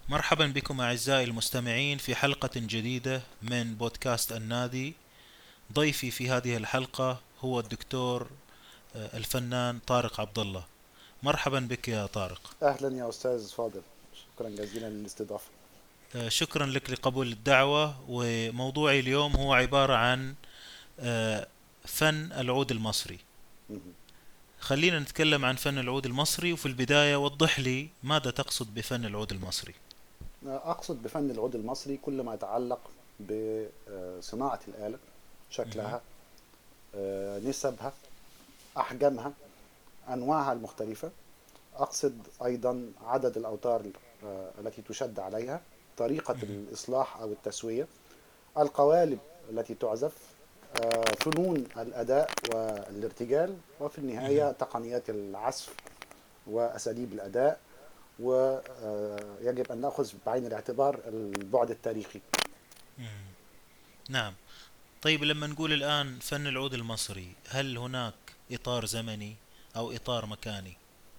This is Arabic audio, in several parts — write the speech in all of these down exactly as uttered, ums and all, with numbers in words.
مرحبا بكم أعزائي المستمعين في حلقة جديدة من بودكاست النادي. ضيفي في هذه الحلقة هو الدكتور آه، الفنان طارق عبد الله. مرحبا بك يا طارق. أهلا يا أستاذ فاضل. شكرا جزيلا للاستضافة. آه، شكرا لك لقبول الدعوة، وموضوعي اليوم هو عبارة عن آه، فن العود المصري. مهم. خلينا نتكلم عن فن العود المصري، وفي البداية وضح لي ماذا تقصد بفن العود المصري. أقصد بفن العود المصري كل ما يتعلق بصناعة الآلة، مهم. شكلها، آه، نسبها، أحجامها، أنواعها المختلفة. أقصد أيضا عدد الأوتار آه، التي تشد عليها، طريقة مهم. الإصلاح أو التسوية، القوالب التي تعزف، آه، فنون الأداء والارتجال، وفي مهم. النهاية تقنيات العزف وأساليب الأداء. ويجب أن نأخذ بعين الاعتبار البعد التاريخي. مهم. نعم. طيب، لما نقول الآن فن العود المصري، هل هناك إطار زمني أو إطار مكاني؟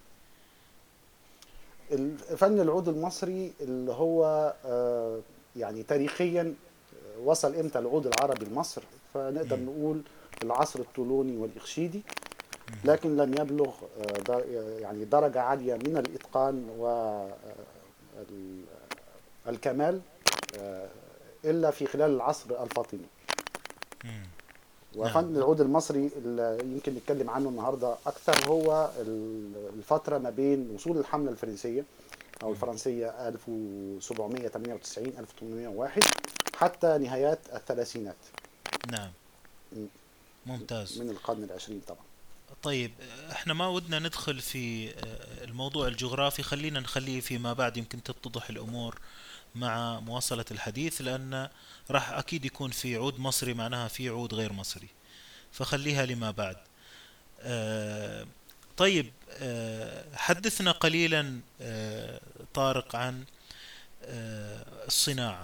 فن العود المصري اللي هو آه، يعني تاريخيا وصل امتى العود العربي لمصر؟ فنقدر مم. نقول في العصر الطولوني والإخشيدي، مم. لكن لم يبلغ آه، در- يعني درجة عالية من الإتقان والكمال إلا في خلال العصر الفاطمي. مم. نعم. وفن العود المصري اللي يمكن نتكلم عنه النهارده اكثر هو الفتره ما بين وصول الحمله الفرنسيه او مم. الفرنسيه ألف وسبعمائة وثمانية وتسعين ألف وثمانمائة وواحد حتى نهايات الثلاثينات نعم. ممتاز. من القرن العشرين طبعا. طيب، احنا ما ودنا ندخل في آه، الموضوع الجغرافي، خلينا نخليه فيما بعد، يمكن تتضح الأمور مع مواصلة الحديث، لأن راح أكيد يكون في عود مصري معناها في عود غير مصري، فخليها لما بعد. آه، طيب، آه، حدثنا قليلا آه، طارق عن آه، الصناعة.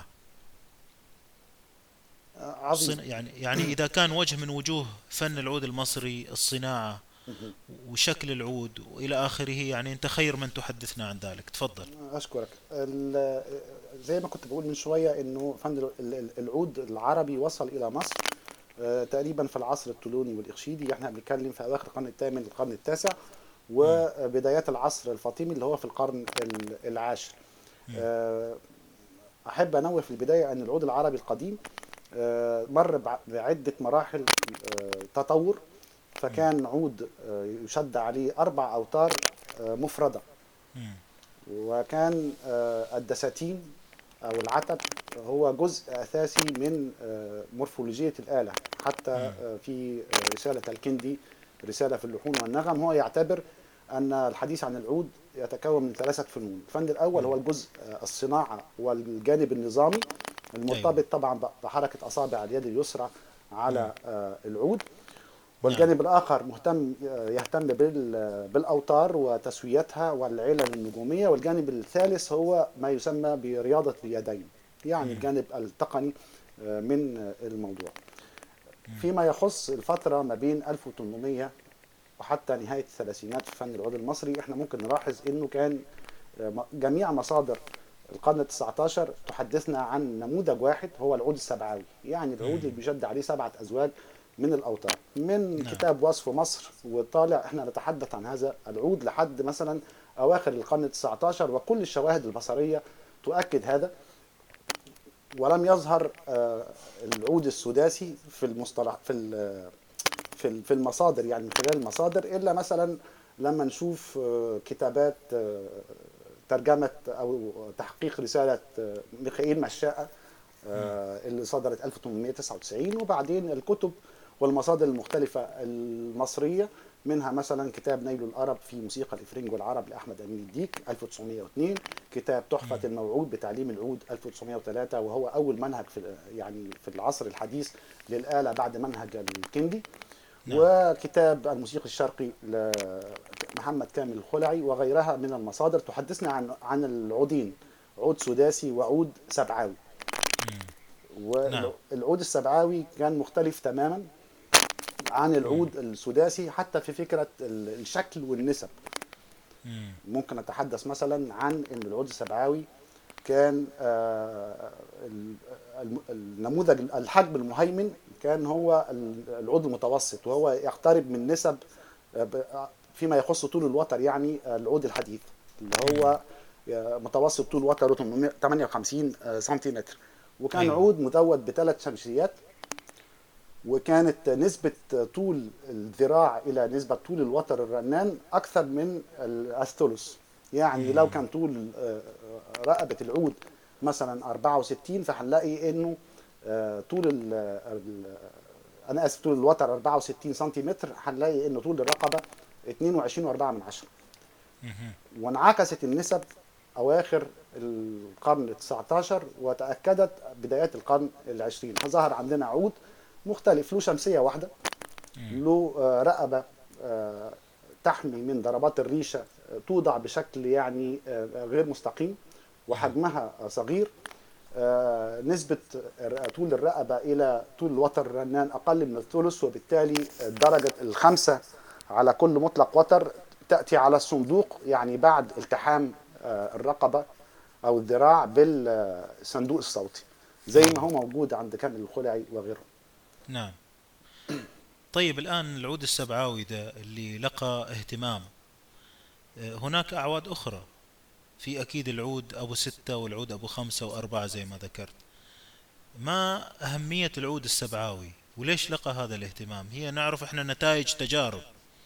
عظيم. الصنا يعني يعني إذا كان وجه من وجوه فن العود المصري الصناعة وشكل العود وإلى آخره، يعني أنت خير من تحدثنا عن ذلك. تفضل. اشكرك. ال- زي ما كنت بقول من شويه انه فن ال- ال- العود العربي وصل الى مصر آه، تقريبا في العصر الطولوني والاخشيدي. احنا بنتكلم في اواخر القرن الثامن للقرن التاسع، مم. وبدايات العصر الفاطمي اللي هو في القرن ال- العاشر. مم. آه، احب انوه في البدايه ان العود العربي القديم آه، مر بع- بعده مراحل آه، تطور. مم. فكان عود آه، يشد عليه اربع اوتار آه، مفرده، مم. وكان آه، الدساتين أو العتب هو جزء أساسي من آه، مورفولوجية الآلة. حتى مم. آه، في آه، رسالة الكندي، رسالة في اللحون والنغم، هو يعتبر أن الحديث عن العود يتكون من ثلاثة فنون. الفن الأول مم. هو الجزء آه، الصناعة والجانب النظامي، أيوة. المرتبط طبعا بحركة أصابع اليد اليسرى مم. على آه، العود. نعم. والجانب الآخر مهتم يهتم بالأوتار وتسويتها والعلل النجومية. والجانب الثالث هو ما يسمى برياضة اليدين، يعني مم. الجانب التقني من الموضوع. مم. فيما يخص الفترة ما بين ألف وثمانمائة وحتى نهاية الثلاثينات في فن العود المصري، احنا ممكن نلاحظ انه كان جميع مصادر القرن التاسع عشر تحدثنا عن نموذج واحد هو العود السبعاوي، يعني العود اللي مم. بيشد عليه سبعة أزواج من الأوتار. من نعم. كتاب وصف مصر وطالع احنا نتحدث عن هذا العود لحد مثلا أواخر القرن التاسع عشر، وكل الشواهد البصرية تؤكد هذا. ولم يظهر آه، العود السداسي في المصطلح في ال- في ال- في المصادر، يعني من خلال المصادر، إلا مثلا لما نشوف آه، كتابات آه، ترجمة أو تحقيق رسالة آه، ميخائيل مشاءة مم. آه، اللي صدرت ألف وثمانمائة وتسعة وتسعين. وبعدين الكتب والمصادر المختلفة المصرية، منها مثلا كتاب نيل الأرب في موسيقى الإفرنج والعرب لأحمد أمين الديك ألف وتسعمائة واثنين، كتاب تحفة مم. الموعود بتعليم العود ألف وتسعمائة وثلاثة، وهو أول منهج في يعني في العصر الحديث للآلة بعد منهج الكندي، نعم. وكتاب الموسيقي الشرقي لمحمد كامل الخلعي، وغيرها من المصادر تحدثنا عن عن العودين، عود سداسي وعود سبعاوي. مم. نعم. والعود السبعاوي كان مختلف تماما عن مم. العود السداسي حتى في فكرة الشكل والنسب. مم. ممكن نتحدث مثلا عن ان العود السبعاوي كان آه، ال- الم- النموذج الحجم المهيمن كان هو ال- العود المتوسط، وهو يقترب من نسب آه، ب- فيما يخص طول الوتر، يعني آه، العود الحديث اللي هو آه، متوسط طول وتره ثمانمائة وخمسين سنتيمتر. وكان ايوه. عود مزود بثلاث شمسيات، وكانت نسبة طول الذراع إلى نسبة طول الوتر الرنان أكثر من الثلث. يعني لو مم. كان طول آه، رقبة العود مثلا أربعة وستين، فهنلاقي إنه آه، طول ال ال- أنا آسف، طول الوتر أربعة وستين سنتيمتر، هنلاقي إنه طول الرقبة اثنين وعشرين فاصلة أربعة من عشرة. مهم. وانعكست النسب أواخر القرن التسعتاشر، وتأكدت بدايات القرن العشرين، فظهر عندنا عود مختلف له شمسية واحدة، مم. له آه، رقبة آه، تحمي من ضربات الريشة، آه، توضع بشكل يعني آه، غير مستقيم، نعم. وحجمها آه، صغير. آه، نسبة الر- طول الرقبة إلى طول الوتر الرنان أقل من الثلث، وبالتالي درجة الخمسة على كل مطلق وتر تأتي على الصندوق، يعني بعد التحام آه، الرقبة أو الذراع بالصندوق الصوتي، زي ما هو ايوه. موجود عند كامل الخلعي وغيره. نعم. طيب الآن العود السبعاوي ده اللي لقى اهتمام، آه، هناك أعواد أخرى، في أكيد العود أبو ستة والعود أبو خمسة وأربعة زي ما ذكرت. ما أهمية العود السبعاوي وليش لقى هذا الاهتمام؟ هي نعرف إحنا نتائج تجارب.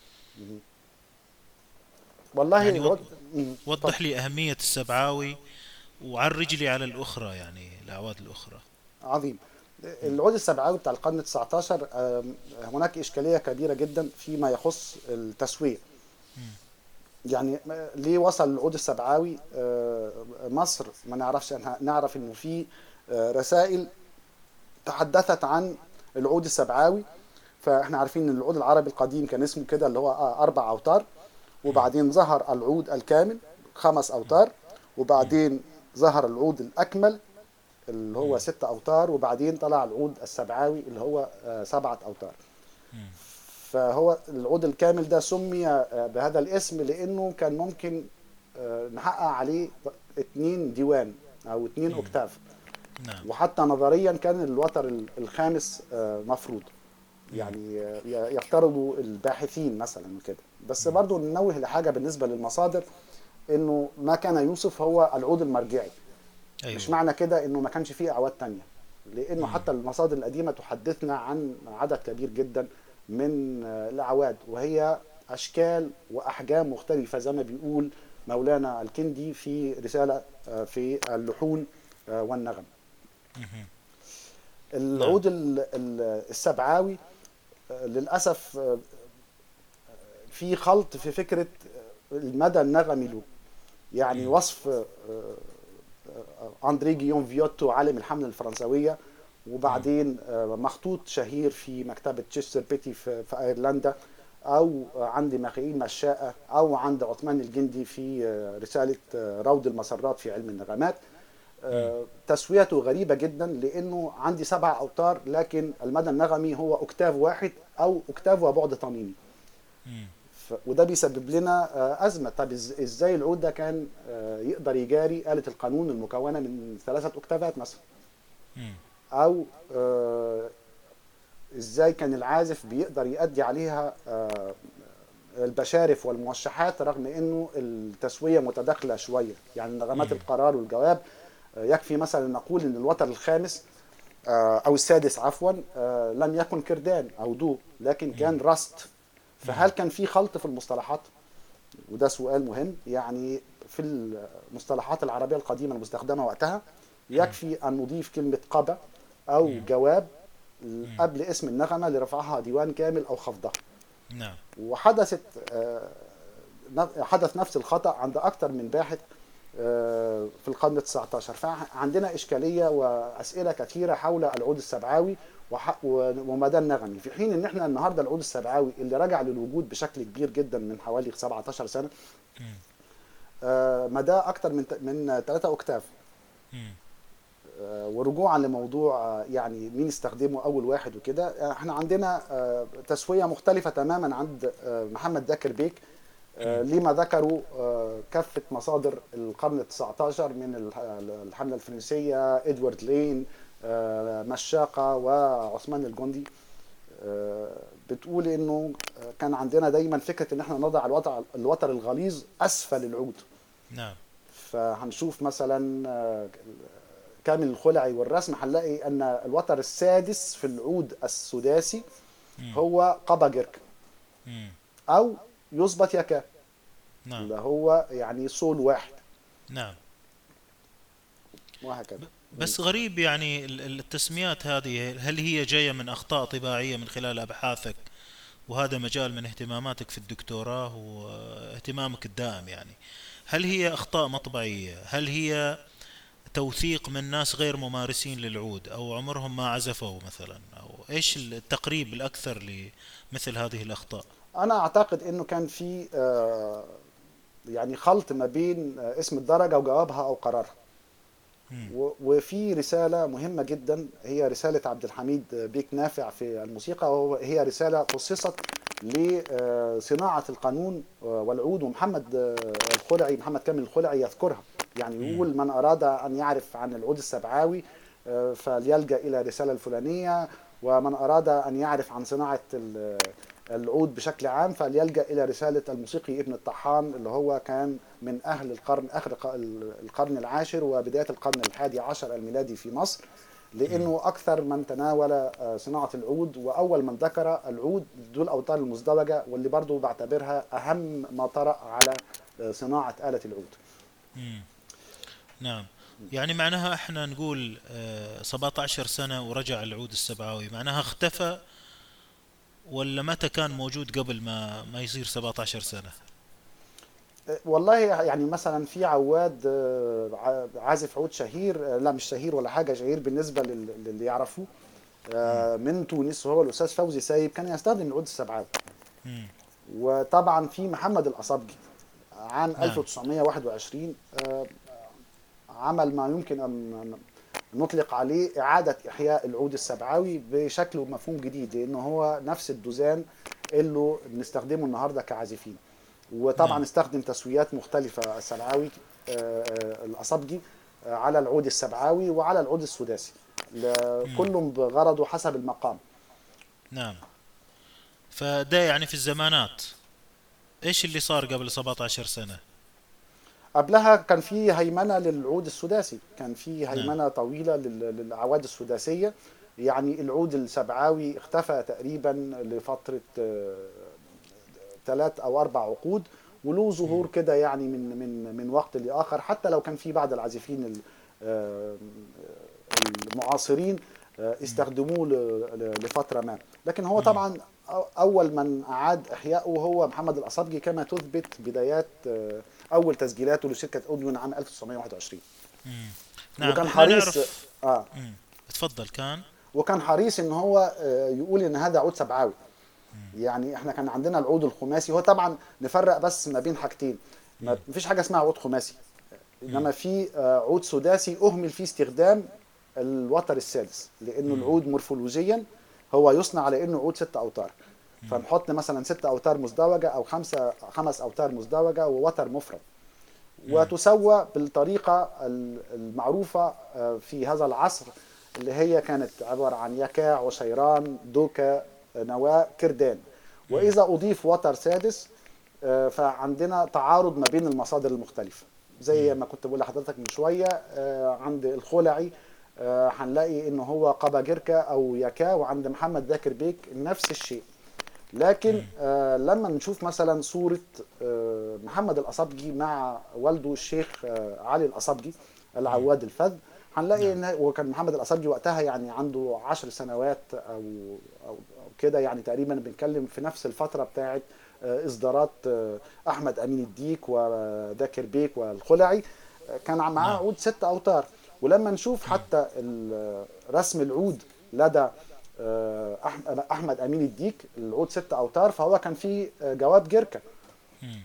والله يعني العود. وض- مم، اتفضل. وضح لي أهمية السبعاوي وعرج لي على الأخرى، يعني الأعواد الأخرى. عظيم. العود السبعاوي بتاع القرن التسعتاشر، آم، هناك إشكالية كبيرة جدا فيما يخص التسوية. مم. يعني م- ليه وصل العود السبعاوي آه، مصر ما نعرفش عنها؟ نعرف انه في آه، رسائل تحدثت عن العود السبعاوي. فاحنا عارفين ان العود العربي القديم كان اسمه كده، اللي هو آه، اربع اوتار، مم. وبعدين ظهر العود الكامل خمس مم. اوتار، مم. وبعدين ظهر العود الاكمل اللي هو مم. ست أوتار، وبعدين طلع العود السبعاوي اللي هو آه، سبعة أوتار. مم. فهو العود الكامل ده سمي آه، بهذا الاسم لأنه كان ممكن آه، نحقق عليه اتنين ديوان أو اتنين مم. أوكتاف. نعم. وحتى نظريا كان الوتر ال- الخامس آه، مفروض، مم. يعني آه، يفترضوا الباحثين مثلا كده. بس مم. برضو ننوه لحاجة بالنسبة للمصادر، انه ما كان يوسف هو العود المرجعي. مش أيوة. معنى كده انه ما كانش فيه اعواد تانية، لانه مم. حتى المصادر القديمة تحدثنا عن عدد كبير جدا من آه، الاعواد، وهي اشكال واحجام مختلفة زي ما بيقول مولانا الكندي في رسالة آه، في اللحون آه، والنغم. مم. نعم. العود ال- ال- السبعاوي آه، للاسف آه، في خلط في فكرة آه، المدى النغمي له. يعني مم. وصف آه، أندري جيون فيوتو عالم الحملة الفرنسوية، مم. وبعدين آه، مخطوط شهير في مكتبة تشستر بيتي في, في أيرلندا، أو آه، عند ميخائيل مشاءة، أو عند عثمان الجندي في آه، رسالة آه، روض المسرات في علم النغمات. مم. آه، تسويته غريبة جدا، لأنه عندي سبع أوتار لكن المدى النغمي هو أكتاف واحد أو أكتاف وبعد طنيني. مم. ف- وده بيسبب لنا آه، أزمة. طب إز- إزاي العود ده كان آه، يقدر يجاري آلة القانون المكونة من ثلاثة أكتافات مثلا؟ مم. أو آه، إزاي كان العازف بيقدر يؤدي عليها آه، البشارف والموشحات، رغم إنه التسوية متداخلة شوية؟ يعني نغمات مم. القرار والجواب آه، يكفي مثلا نقول إن الوتر الخامس آه، أو السادس عفوا آه، لم يكن كردان أو دو، لكن مم. كان راست. مم. فهل كان في خلط في المصطلحات؟ وده سؤال مهم. يعني في المصطلحات العربية القديمة المستخدمة وقتها مم. يكفي أن نضيف كلمة قبة أو مم. جواب مم. قبل اسم النغمة لرفعها ديوان كامل أو خفضها. نعم. وحدثت آه، حدث نفس الخطأ عند أكثر من باحث آه، في القرن التسعتاشر. فعندنا إشكالية وأسئلة كثيرة حول العود السبعاوي وح- ومدى النغمي، في حين ان احنا النهارده العود السبعاوي اللي رجع للوجود بشكل كبير جدا من حوالي سبعتاشر سنة، مم. آه، مداه اكتر من من ثلاثة اوكتاف. مم. آه، ورجوعا لموضوع آه، يعني مين استخدمه اول واحد وكده، آه، احنا عندنا آه، تسوية مختلفة تماما عند آه، محمد ذاكر بيك مم. لما ذكروا آه، كافة مصادر القرن التاسع عشر من ال- الحملة الفرنسية، إدوارد لين، آه، مشاقة وعثمان الجندي. آه، بتقول انه كان عندنا دايما فكره ان احنا نضع الوتر الوتر الغليظ اسفل العود. نعم. فهنشوف مثلا آه، كامل الخلعي والرسم، هنلاقي ان الوتر السادس في العود السداسي مم. هو قبا جرك، مم. او يظبط يكا، نعم. اللي هو يعني صول واحد، نعم. وهكذا. ب- بس غريب يعني ال- ال- التسميات هذه، هل هي جاية من أخطاء طباعية من خلال أبحاثك؟ وهذا مجال من اهتماماتك في الدكتوراه واهتمامك الدائم يعني. هل هي أخطاء مطبعية؟ هل هي توثيق من ناس غير ممارسين للعود أو عمرهم ما عزفوا مثلا؟ أو إيش التقريب الأكثر لمثل هذه الأخطاء؟ انا اعتقد انه كان في آه، يعني خلط ما بين آه، اسم الدرجه وجوابها او قرارها. مم. و- وفي رسالة مهمة جدا، هي رسالة عبد الحميد بيك نافع في الموسيقى، وهي رسالة خصصت لصناعة القانون والعود، ومحمد الخلعي، محمد كامل الخلعي يذكرها. يعني مم. يقول: من أراد أن يعرف عن العود السبعاوي فليلجأ إلى الرسالة الفلانية، ومن أراد أن يعرف عن صناعة ال- العود بشكل عام فليلجأ إلى رسالة الموسيقي ابن الطحان، اللي هو كان من أهل القرن آخر ق- القرن العاشر وبداية القرن الحادي عشر الميلادي في مصر، مم. لأنه أكثر من تناول آه، صناعة العود، وأول من ذكر العود ذو الأوتار المزدوجة، واللي برضو بعتبرها أهم ما طرأ على آه، صناعة آلة العود. مم. نعم. يعني معناها احنا نقول آه، سبعة عشر سنة ورجع العود السبعاوي، معناها اختفى، ولا متى كان موجود قبل ما ما يصير سبعة عشر سنة؟ والله يعني مثلا في عواد آه، ع- عازف عود شهير، آه، لا مش شهير ولا حاجه، شهير بالنسبه لل- للي يعرفوه، مم. آه، من تونس، وهو الاستاذ فوزي سايب، كان يستخدم العود السبعاوي. مم. وطبعا في محمد الاصابجي عام نعم. ألف وتسعمائة وواحد وعشرين آه، عمل ما يمكن ان نطلق عليه اعاده احياء العود السبعاوي بشكل ومفهوم جديد، لانه هو نفس الدوزان اللي بنستخدمه النهارده كعازفين. وطبعا نعم. استخدم تسويات مختلفة السبعاوي، آه، آه، الأصبجي، آه، على العود السبعاوي وعلى العود السداسي، ل- مم. كل بغرضه حسب المقام. نعم. فده يعني في الزمانات، ايش اللي صار قبل سبعة عشر سنة؟ قبلها كان في هيمنة للعود السداسي، كان في نعم. هيمنة طويلة لل- للأعواد السداسية. يعني العود السبعاوي اختفى تقريبا لفترة ثلاث أو أربع عقود، وله مم. ظهور كده يعني من من من وقت لآخر، حتى لو كان في بعض العازفين ال- آه، المعاصرين آه، مم. استخدموه ل- ل- لفترة ما. لكن هو مم. طبعا أو- أول من أعاد إحياؤه هو محمد الأصبجي، كما تثبت بدايات آه، أول تسجيلاته لشركة أوديون عام ألف وتسعمائة وواحد وعشرين. مم. نعم، وكان احنا حريص نعرف. اه مم. تفضل. كان. وكان حريص ان هو آه، يقول ان هذا عود سبعاوي. مم. يعني احنا كان عندنا العود الخماسي، هو طبعا نفرق بس ما بين حاجتين: ما مم. فيش حاجه اسمها عود خماسي، مم. انما في آه، عود سداسي اهمل فيه استخدام الوتر السادس، لانه مم. العود مورفولوجيا هو يصنع على انه عود ست اوتار. مم. فنحط مثلا ست اوتار مزدوجه او خمسه خمس اوتار مزدوجه ووتر مفرد، مم. وتسوى بالطريقه ال- المعروفه آه، في هذا العصر، اللي هي كانت عباره عن يكاع وشيران دوكا نواه كردان. مم. واذا اضيف وتر سادس آه، فعندنا تعارض ما بين المصادر المختلفه، زي مم. ما كنت بقول لحضرتك من شويه. آه، عند الخلعي آه، هنلاقي ان هو قبا جركا او يكا، وعند محمد ذاكر بيك نفس الشيء. لكن مم. آه، لما نشوف مثلا صورة آه، محمد الأصبجي مع والده الشيخ آه، علي الأصبجي مم. العواد الفذ، هنلاقي نعم. ان وكان محمد الأصبجي وقتها يعني عنده عشر سنوات او او أو كده، يعني تقريبا بنتكلم في نفس الفترة بتاعت آه، اصدارات آه، احمد امين الديك وذاكر بيك والخلعي. آه، كان معاه نعم. عود ست اوتار. ولما نشوف مم. حتى ال- رسم العود لدى آه، أح- احمد امين الديك، العود ست اوتار، فهو كان فيه آه، جواب جركه. مم.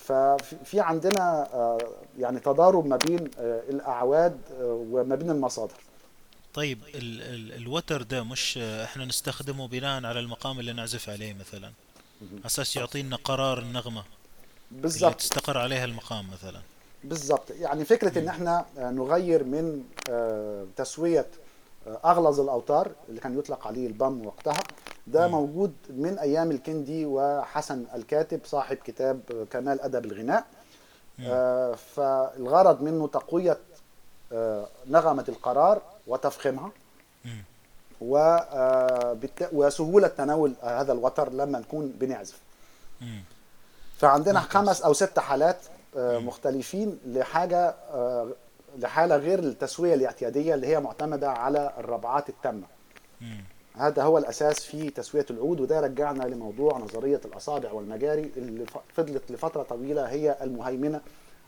ففي عندنا آه، يعني تضارب ما بين آه، الاعواد آه، وما بين المصادر. طيب ال ال الوتر ده مش احنا نستخدمه بناء على المقام اللي نعزف عليه مثلا، على اساس يعطينا قرار النغمة؟ اللي بالظبط. تستقر عليها المقام مثلا. بالظبط، يعني فكرة ان احنا آه، نغير من آه، تسوية آه، اغلظ الاوتار اللي كان يطلق عليه البام وقتها، ده مم. موجود من ايام الكندي وحسن الكاتب صاحب كتاب آه، كمال ادب الغناء. مم. آه، فالغرض منه تقوية آه، نغمة القرار وتفخيمها، مم. و آه، بالت- وسهولة تناول آه، هذا الوتر لما نكون بنعزف. مم. فعندنا خمس ممتاز. او ست حالات آه، مم. مختلفين لحاجه آه، لحاله غير التسويه الاعتياديه اللي هي معتمده على الربعات التامه. مم. هذا هو الاساس في تسويه العود، وده رجعنا لموضوع نظريه الاصابع والمجاري اللي ف- فضلت لفتره طويله هي المهيمنه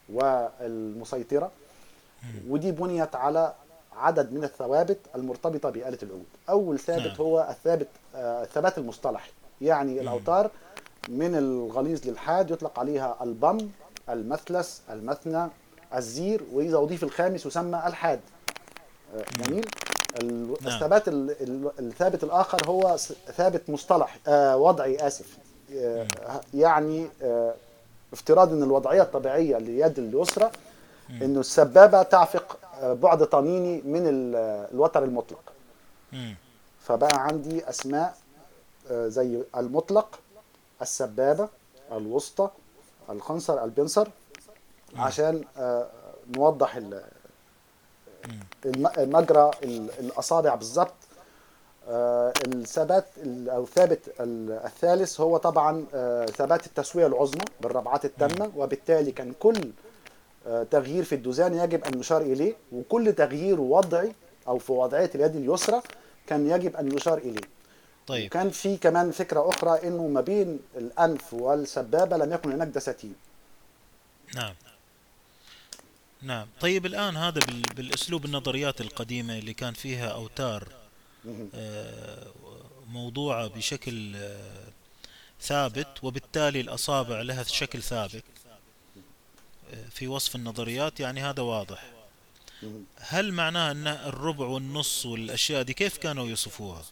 والمسيطره. مم. ودي بنيت على عدد من الثوابت المرتبطه بآلة العود. اول ثابت نعم. هو الثابت آه، الثبات المصطلحي، يعني مم. الاوتار من الغليظ للحاد يطلق عليها البم، المثلث، المثنى، الزير، واذا اضيف الخامس يسمى الحاد. آه، مم. جميل. ال- نعم. الثبات ال- ال- الثابت الاخر هو س- ثابت مصطلح آه، وضعي اسف. آه، مم. يعني آه، افتراض ان الوضعيه الطبيعيه لليد اليسرى مم. انه السبابه تعفق آه، بعد طنيني من ال- الوتر المطلق. مم. فبقى عندي اسماء آه، زي المطلق، السبابه، الوسطى، الخنصر، البنصر، مم. عشان آه، نوضح ال- مم. الم- مجرى ال- الاصابع بالظبط. آه، الثبات ال- او الثابت ال- الثالث هو طبعا آه، ثبات التسويه العظمى بالربعات مم. التامه، وبالتالي كان كل آه، تغيير في الدوزان يجب ان يشار اليه، وكل تغيير وضعي او في وضعيه اليد اليسرى كان يجب ان يشار اليه. طيب. وكان في كمان فكره اخرى انه ما بين الانف والسبابه لم يكن هناك دساتين. نعم. نعم. طيب الآن هذا بال... بالأسلوب النظريات القديمة اللي كان فيها أوتار مهم. آه، موضوعة بشكل آه، ثابت، وبالتالي الأصابع لها شكل ثابت آه، في وصف النظريات، يعني هذا واضح. مهم. هل معناه أن الربع والنص والأشياء دي كيف كانوا يوصفوها؟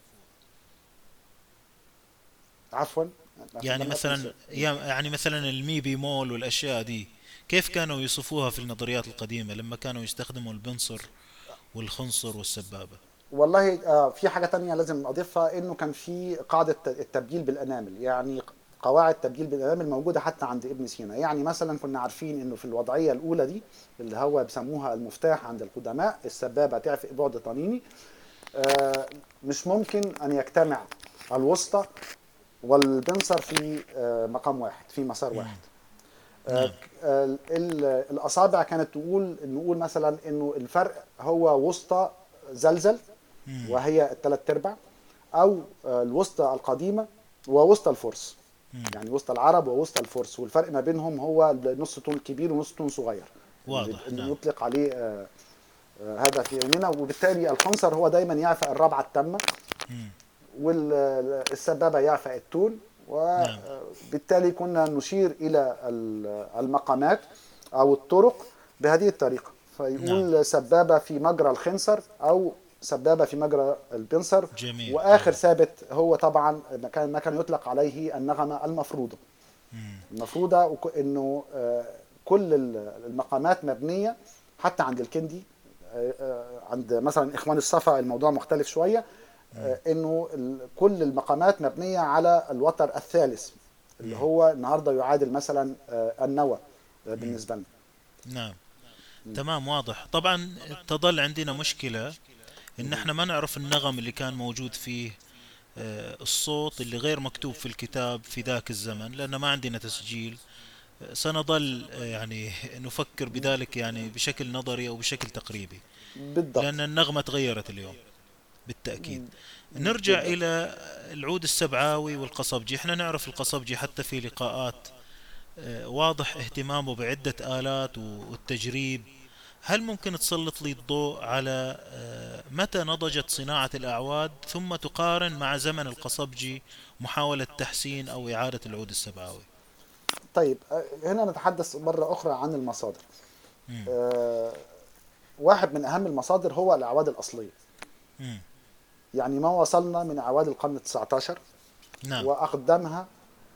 عفوا، يعني لم افهم مثلا السؤال. يعني مثلا المي بيمول والأشياء دي كيف كانوا يوصفوها في النظريات القديمة لما كانوا يستخدموا البنصر والخنصر والسبابة؟ والله آه، في حاجة تانية لازم أضيفها، إنه كان في قاعدة التبجيل بالأنامل، يعني قواعد تبجيل بالأنامل موجودة حتى عند ابن سينا. يعني مثلا كنا عارفين إنه في الوضعية الأولى دي اللي هو بيسموها المفتاح عند القدماء، السبابة تعفق بعد طنيني. آه، مش ممكن أن يجتمع الوسطى والبنصر في آه، مقام واحد، في مسار واحد. مم. آه، نعم. ك- آه، ال- الأصابع كانت تقول، نقول مثلا إنه الفرق هو وسطى زلزل مم. وهي الثلاث ارباع، او آه، الوسطى القديمه ووسطى الفرس. مم. يعني وسطى العرب ووسطى الفرس، والفرق ما بينهم هو نص طن كبير ونص طن صغير، اللي واضح. اللي نعم. يطلق عليه آه، آه، هذا في علمنا. وبالتالي الخنصر هو دايما يعفى الرابعه التامه، مم. والسبابه يعفى التون. نعم. وبالتالي كنا نشير الى ال- المقامات او الطرق بهذه الطريقه، نعم. فيقول سبابه في مجرى الخنصر او سبابه في مجرى البنصر. جميل. واخر جميل. ثابت هو طبعا ما كان ما كان يطلق عليه النغمه المفروضه. مم. المفروضه وك- انه آه، كل ال- المقامات مبنيه، حتى عند الكندي آه، آه، عند مثلا اخوان الصفا الموضوع مختلف شويه. مم. آه، انه ال- كل المقامات مبنيه على الوتر الثالث اللي مم. هو النهارده يعادل مثلا آه، النوى آه، مم. بالنسبه لنا. نعم. تمام. واضح. طبعا تظل عندنا مشكلة ان مهم. احنا ما نعرف النغم اللي كان موجود فيه آه، الصوت اللي غير مكتوب في الكتاب في ذاك الزمن، لأن ما عندنا تسجيل. آه، سنظل آه، يعني نفكر بذلك يعني بشكل نظري أو بشكل تقريبي، بالضبط. لأن النغمة تغيرت اليوم بالتأكيد. نرجع بالضبط. إلى العود السبعاوي والقصبجي. احنا نعرف القصبجي حتى في لقاءات آه، واضح اهتمامه بعدة آلات والتجريب. هل ممكن تسلط لي الضوء على آه، متى نضجت صناعة الأعواد، ثم تقارن مع زمن القصبجي محاولة تحسين أو إعادة العود السبعاوي؟ طيب آه، هنا نتحدث مرة أخرى عن المصادر. مم. آه، واحد من أهم المصادر هو الأعواد الأصلية، مم. يعني ما وصلنا من أعواد القرن التسعتاشر نعم. وأقدمها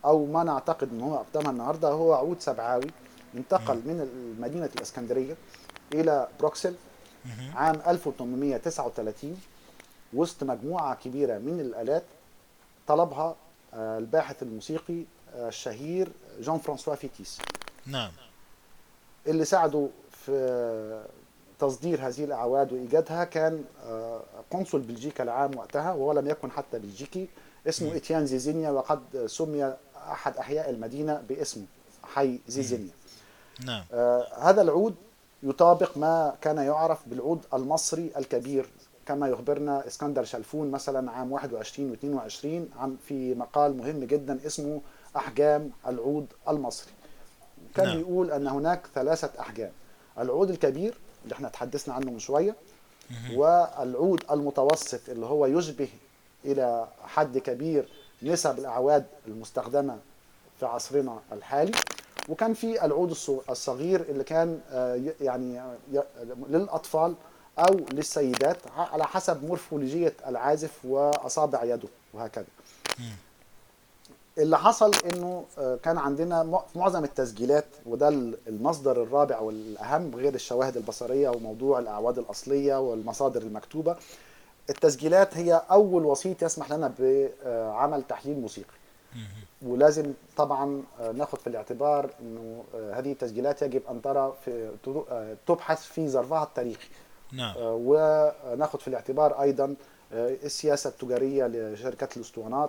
او ما نعتقد ان هو اقدمها النهارده هو عود سبعاوي انتقل مم. من مدينه الاسكندريه الى بروكسل مم. عام ألف وثمانمائة وتسعة وثلاثين وسط مجموعه كبيره من الالات طلبها آه، الباحث الموسيقي آه، الشهير جان فرانسوا فيتيس، نعم. اللي ساعده في تصدير هذه الاعواد وايجادها كان آه، قنصل بلجيكا العام وقتها، وهو لم يكن حتى بلجيكي، اسمه مم. إتيان زيزينيا، وقد سمي احد احياء المدينه باسمه، حي مم. زيزينيا. نعم. آه، هذا العود يطابق ما كان يعرف بالعود المصري الكبير، كما يخبرنا اسكندر شلفون مثلا عام واحد وعشرين و اثنين وعشرين عن في مقال مهم جدا اسمه احجام العود المصري. كان نعم. بيقول ان هناك ثلاثه احجام: العود الكبير اللي احنا تحدثنا عنه من شويه، مم. والعود المتوسط اللي هو يشبه الى حد كبير نسب الاعواد المستخدمه في عصرنا الحالي، وكان في العود الص- الصغير اللي كان آه، ي- يعني ي- للاطفال او للسيدات على حسب مورفولوجيه العازف واصابع يده وهكذا. مم. اللي حصل انه آه، كان عندنا م- في معظم التسجيلات، وده ال- المصدر الرابع والاهم غير الشواهد البصريه وموضوع الاعواد الاصليه والمصادر المكتوبه، التسجيلات هي اول وسيط يسمح لنا بعمل تحليل موسيقي. مم. ولازم طبعا آه، ناخد في الاعتبار انه آه، هذه التسجيلات يجب ان ترى في ترو- آه، تبحث في ظرفها التاريخي، نعم. آه، وناخد في الاعتبار ايضا آه، السياسه التجاريه لشركات الاسطوانات،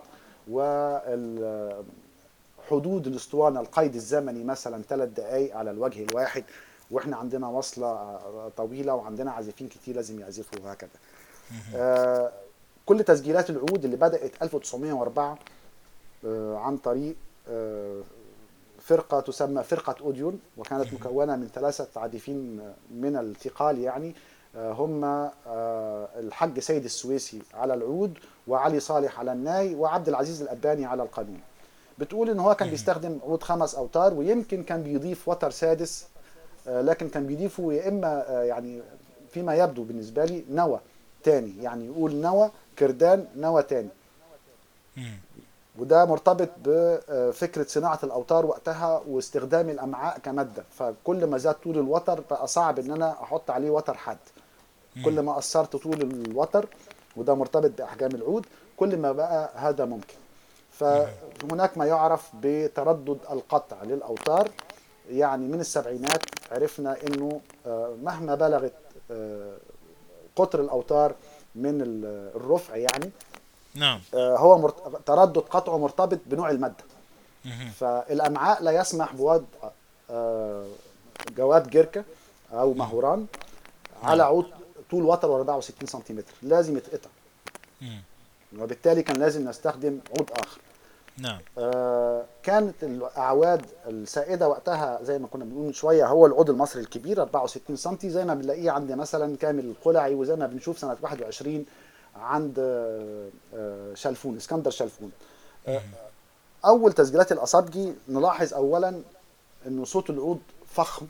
وحدود الاسطوانه القيد الزمني مثلا ثلاث دقائق على الوجه الواحد، واحنا عندنا وصله آه، طويله وعندنا عازفين كتير لازم يعزفوا وهكذا. مم. آه، كل تسجيلات العود اللي بدات ألف وتسعمائة وأربعة آه، عن طريق آه، فرقة تسمى فرقة أوديون، وكانت مكونة من ثلاثة عازفين من الثقال يعني، آه، هم آه، الحاج سيد السويسي على العود، وعلي صالح على الناي، وعبد العزيز الأباني على القانون. بتقول ان هو كان مم. بيستخدم عود خمس اوتار، ويمكن كان بيضيف وتر سادس، آه، لكن كان بيضيفه يا اما آه، يعني فيما يبدو بالنسبه لي نوى تاني، يعني يقول نوى كردان نوى تاني. مم. وده مرتبط بفكرة صناعة الأوتار وقتها واستخدام الأمعاء كمادة، فكل ما زاد طول الوتر بقى صعب إن أنا أحط عليه وتر حاد. مم. كل ما قصرت طول الوتر، وده مرتبط بأحجام العود، كل ما بقى هذا ممكن. مم. فهناك ما يعرف بتردد القطع للأوتار، يعني من السبعينات عرفنا إنه آه، مهما بلغت آه، قطر الأوتار من الرفع يعني، نعم. آه، هو مرت- تردد قطعه مرتبط بنوع المادة. مم. فالامعاء لا يسمح بوضع آه، جواد جيركا او مم. مهوران على نعم. عود طول وتر أربعة وستين سنتيمتر، لازم يتقطع، مم. وبالتالي كان لازم نستخدم عود اخر. نعم. آه، كانت الاعواد السائده وقتها زي ما كنا بنقول من شويه هو العود المصري الكبير أربعة وستين سم، زي ما بنلاقيه عند مثلا كامل القلعي، وزي ما بنشوف سنه واحد وعشرين عند آه، آه، شلفون اسكندر شلفون. آه، مم. اول تسجيلات الاصابجي نلاحظ اولا انه صوت العود فخم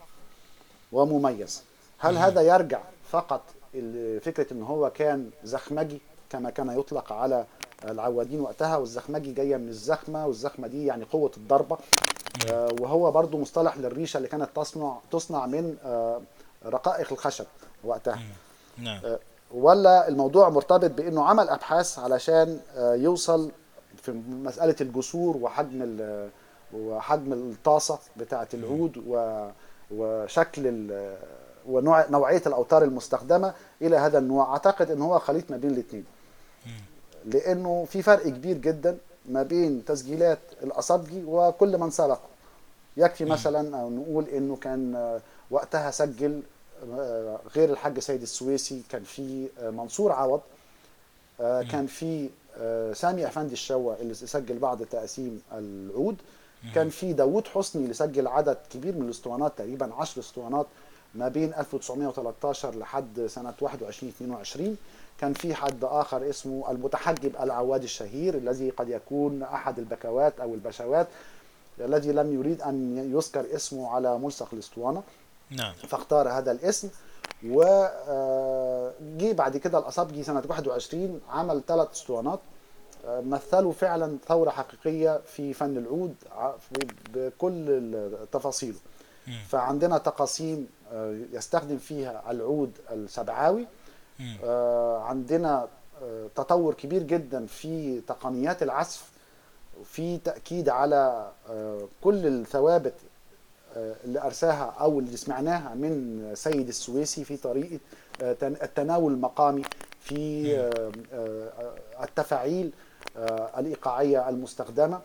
ومميز. هل مم. هذا يرجع فقط لفكره ان هو كان زخمجي كما كان يطلق على العوادين وقتها، والزخمجي جايه من الزخمه، والزخمه دي يعني قوه الضربه، مم. آه، وهو برضو مصطلح للريشه اللي كانت تصنع تصنع من آه، رقائق الخشب وقتها. مم. نعم. آه، ولا الموضوع مرتبط بانه عمل ابحاث علشان آه، يوصل في مساله الجسور وحجم ال- وحجم الطاسه بتاعه مم. العود و- وشكل ال- ونوع نوعيه الاوتار المستخدمه الى هذا النوع. اعتقد ان هو خليط ما بين الاثنين، مم. لانه في فرق كبير جدا ما بين تسجيلات الاصابجي وكل من سبقه. يكفي مم. مثلا أو نقول انه كان آه، وقتها سجل آه، غير الحاج سيد السويسي كان في آه، منصور عوض، آه، مم. كان في آه، سامي افندي الشوا اللي سجل بعض تقاسيم العود، كان مم. في داوود حسني اللي سجل عدد كبير من الاسطوانات تقريبا عشر اسطوانات ما بين ألف وتسعمائة وثلاثة عشر لحد سنة واحد وعشرين اثنين وعشرين. كان في حد آخر اسمه المتحجب العواد الشهير الذي قد يكون أحد البكوات أو البشوات الذي لم يريد أن يذكر اسمه على ملصق الاسطوانة، نعم. فاختار هذا الاسم. وجي بعد كده الأصابجي سنة واحد وعشرين عمل ثلاث اسطوانات مثلوا فعلا ثورة حقيقية في فن العود بكل تفاصيله. مم. فعندنا تقاسيم يستخدم فيها العود السبعاوي. مم. عندنا تطور كبير جدا في تقنيات العزف، في تأكيد على كل الثوابت اللي أرساها أو اللي سمعناها من سيد السويسي في طريقة التناول المقامي، في مم. التفاعيل الإيقاعية المستخدمة،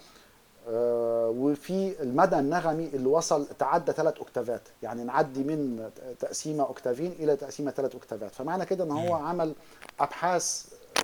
وفي المدى النغمي اللي وصل تعدى ثلاث أكتافات، يعني نعدي من تقسيمة أكتافين إلى تقسيمة ثلاث أكتافات. فمعنى كده أن هو مم. عمل أبحاث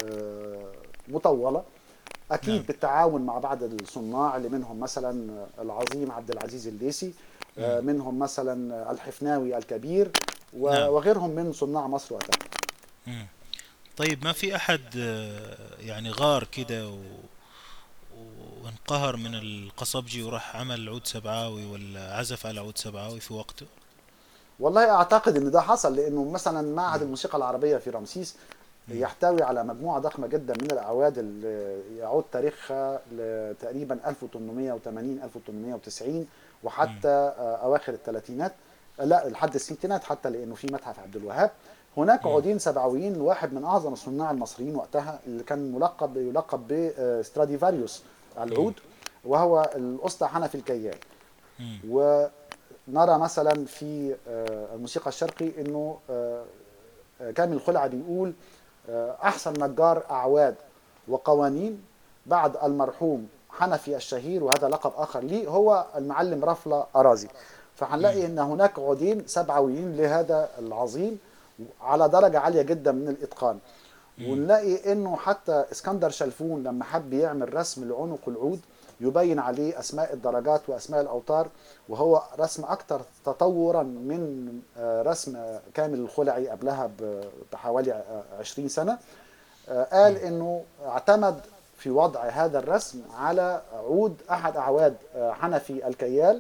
مطولة، نعم. اكيد بالتعاون مع بعض الصناع اللي منهم مثلا العظيم عبد العزيز الليثي، مم. منهم مثلا الحفناوي الكبير، نعم. وغيرهم من صناع مصر وقتها. مم. طيب ما في أحد يعني غار كده و... وانقهر من القصبجي وراح عمل عود سبعاوي ولا عزف على عود سبعاوي في وقته؟ والله اعتقد ان ده حصل، لانه مثلا معهد مم. الموسيقى العربيه في رمسيس مم. يحتوي على مجموعه ضخمه جدا من الاعواد اللي يعود تاريخها تقريبا ألف وثمانمائة وثمانين ألف وثمانمائة وتسعين مم. وحتى اواخر الثلاثينات، لا لحد الستينات حتى، لانه في متحف عبد الوهاب هناك مم. عودين سبعويين لواحد من اعظم الصناع المصريين وقتها، اللي كان ملقب يلقب بستراديفاريوس مم. العود، وهو الاسطى حنفي الكيال. مم. ونرى مثلا في الموسيقى الشرقي انه كامل الخلع بيقول احسن نجار اعواد وقوانين بعد المرحوم حنفي الشهير، وهذا لقب اخر ليه، هو المعلم رفله اراضي. مم. فهنلاقي ان هناك عودين سبعويين لهذا العظيم على درجه عاليه جدا من الاتقان. مم. ونلاقي انه حتى اسكندر شلفون لما حب يعمل رسم لعنق العود يبين عليه اسماء الدرجات واسماء الاوتار، وهو رسم اكثر تطورا من رسم كامل الخلعي قبلها بحوالي عشرين سنة. قال مم. انه اعتمد في وضع هذا الرسم على عود احد اعواد حنفي الكيال،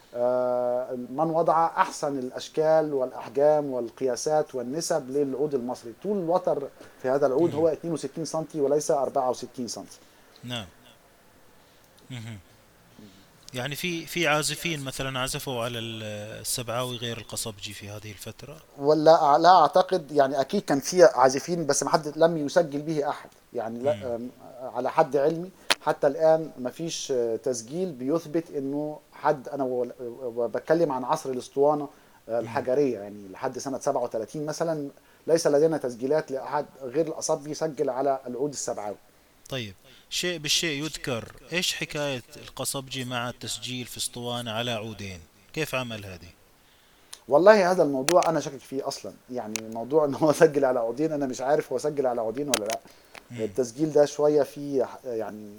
من وضع احسن الاشكال والاحجام والقياسات والنسب للعود المصري. طول الوتر في هذا العود مم. هو اثنين وستين سم وليس أربعة وستين سم. نعم. مم. يعني في في عازفين مثلا عزفوا على السبعاوي غير القصبجي في هذه الفترة؟ ولا لا اعتقد، يعني اكيد كان في عازفين بس ما حد لم يسجل به احد، يعني مم. لا على حد علمي حتى الان ما فيش تسجيل بيثبت انه حد. انا بتكلم عن عصر الاسطوانه مم. الحجريه، يعني لحد سنه سبعة وثلاثين مثلا ليس لدينا تسجيلات لاحد غير الاصابي يسجل على العود السبعاوي. طيب، شيء بالشيء يذكر، ايش حكاية القصبجي مع التسجيل في اسطوانة على عودين؟ كيف عمل هذه؟ والله هذا الموضوع انا شاكك فيه اصلا، يعني موضوع ان هو سجل على عودين انا مش عارف هو سجل على عودين ولا لا. مم. التسجيل ده شويه فيه يعني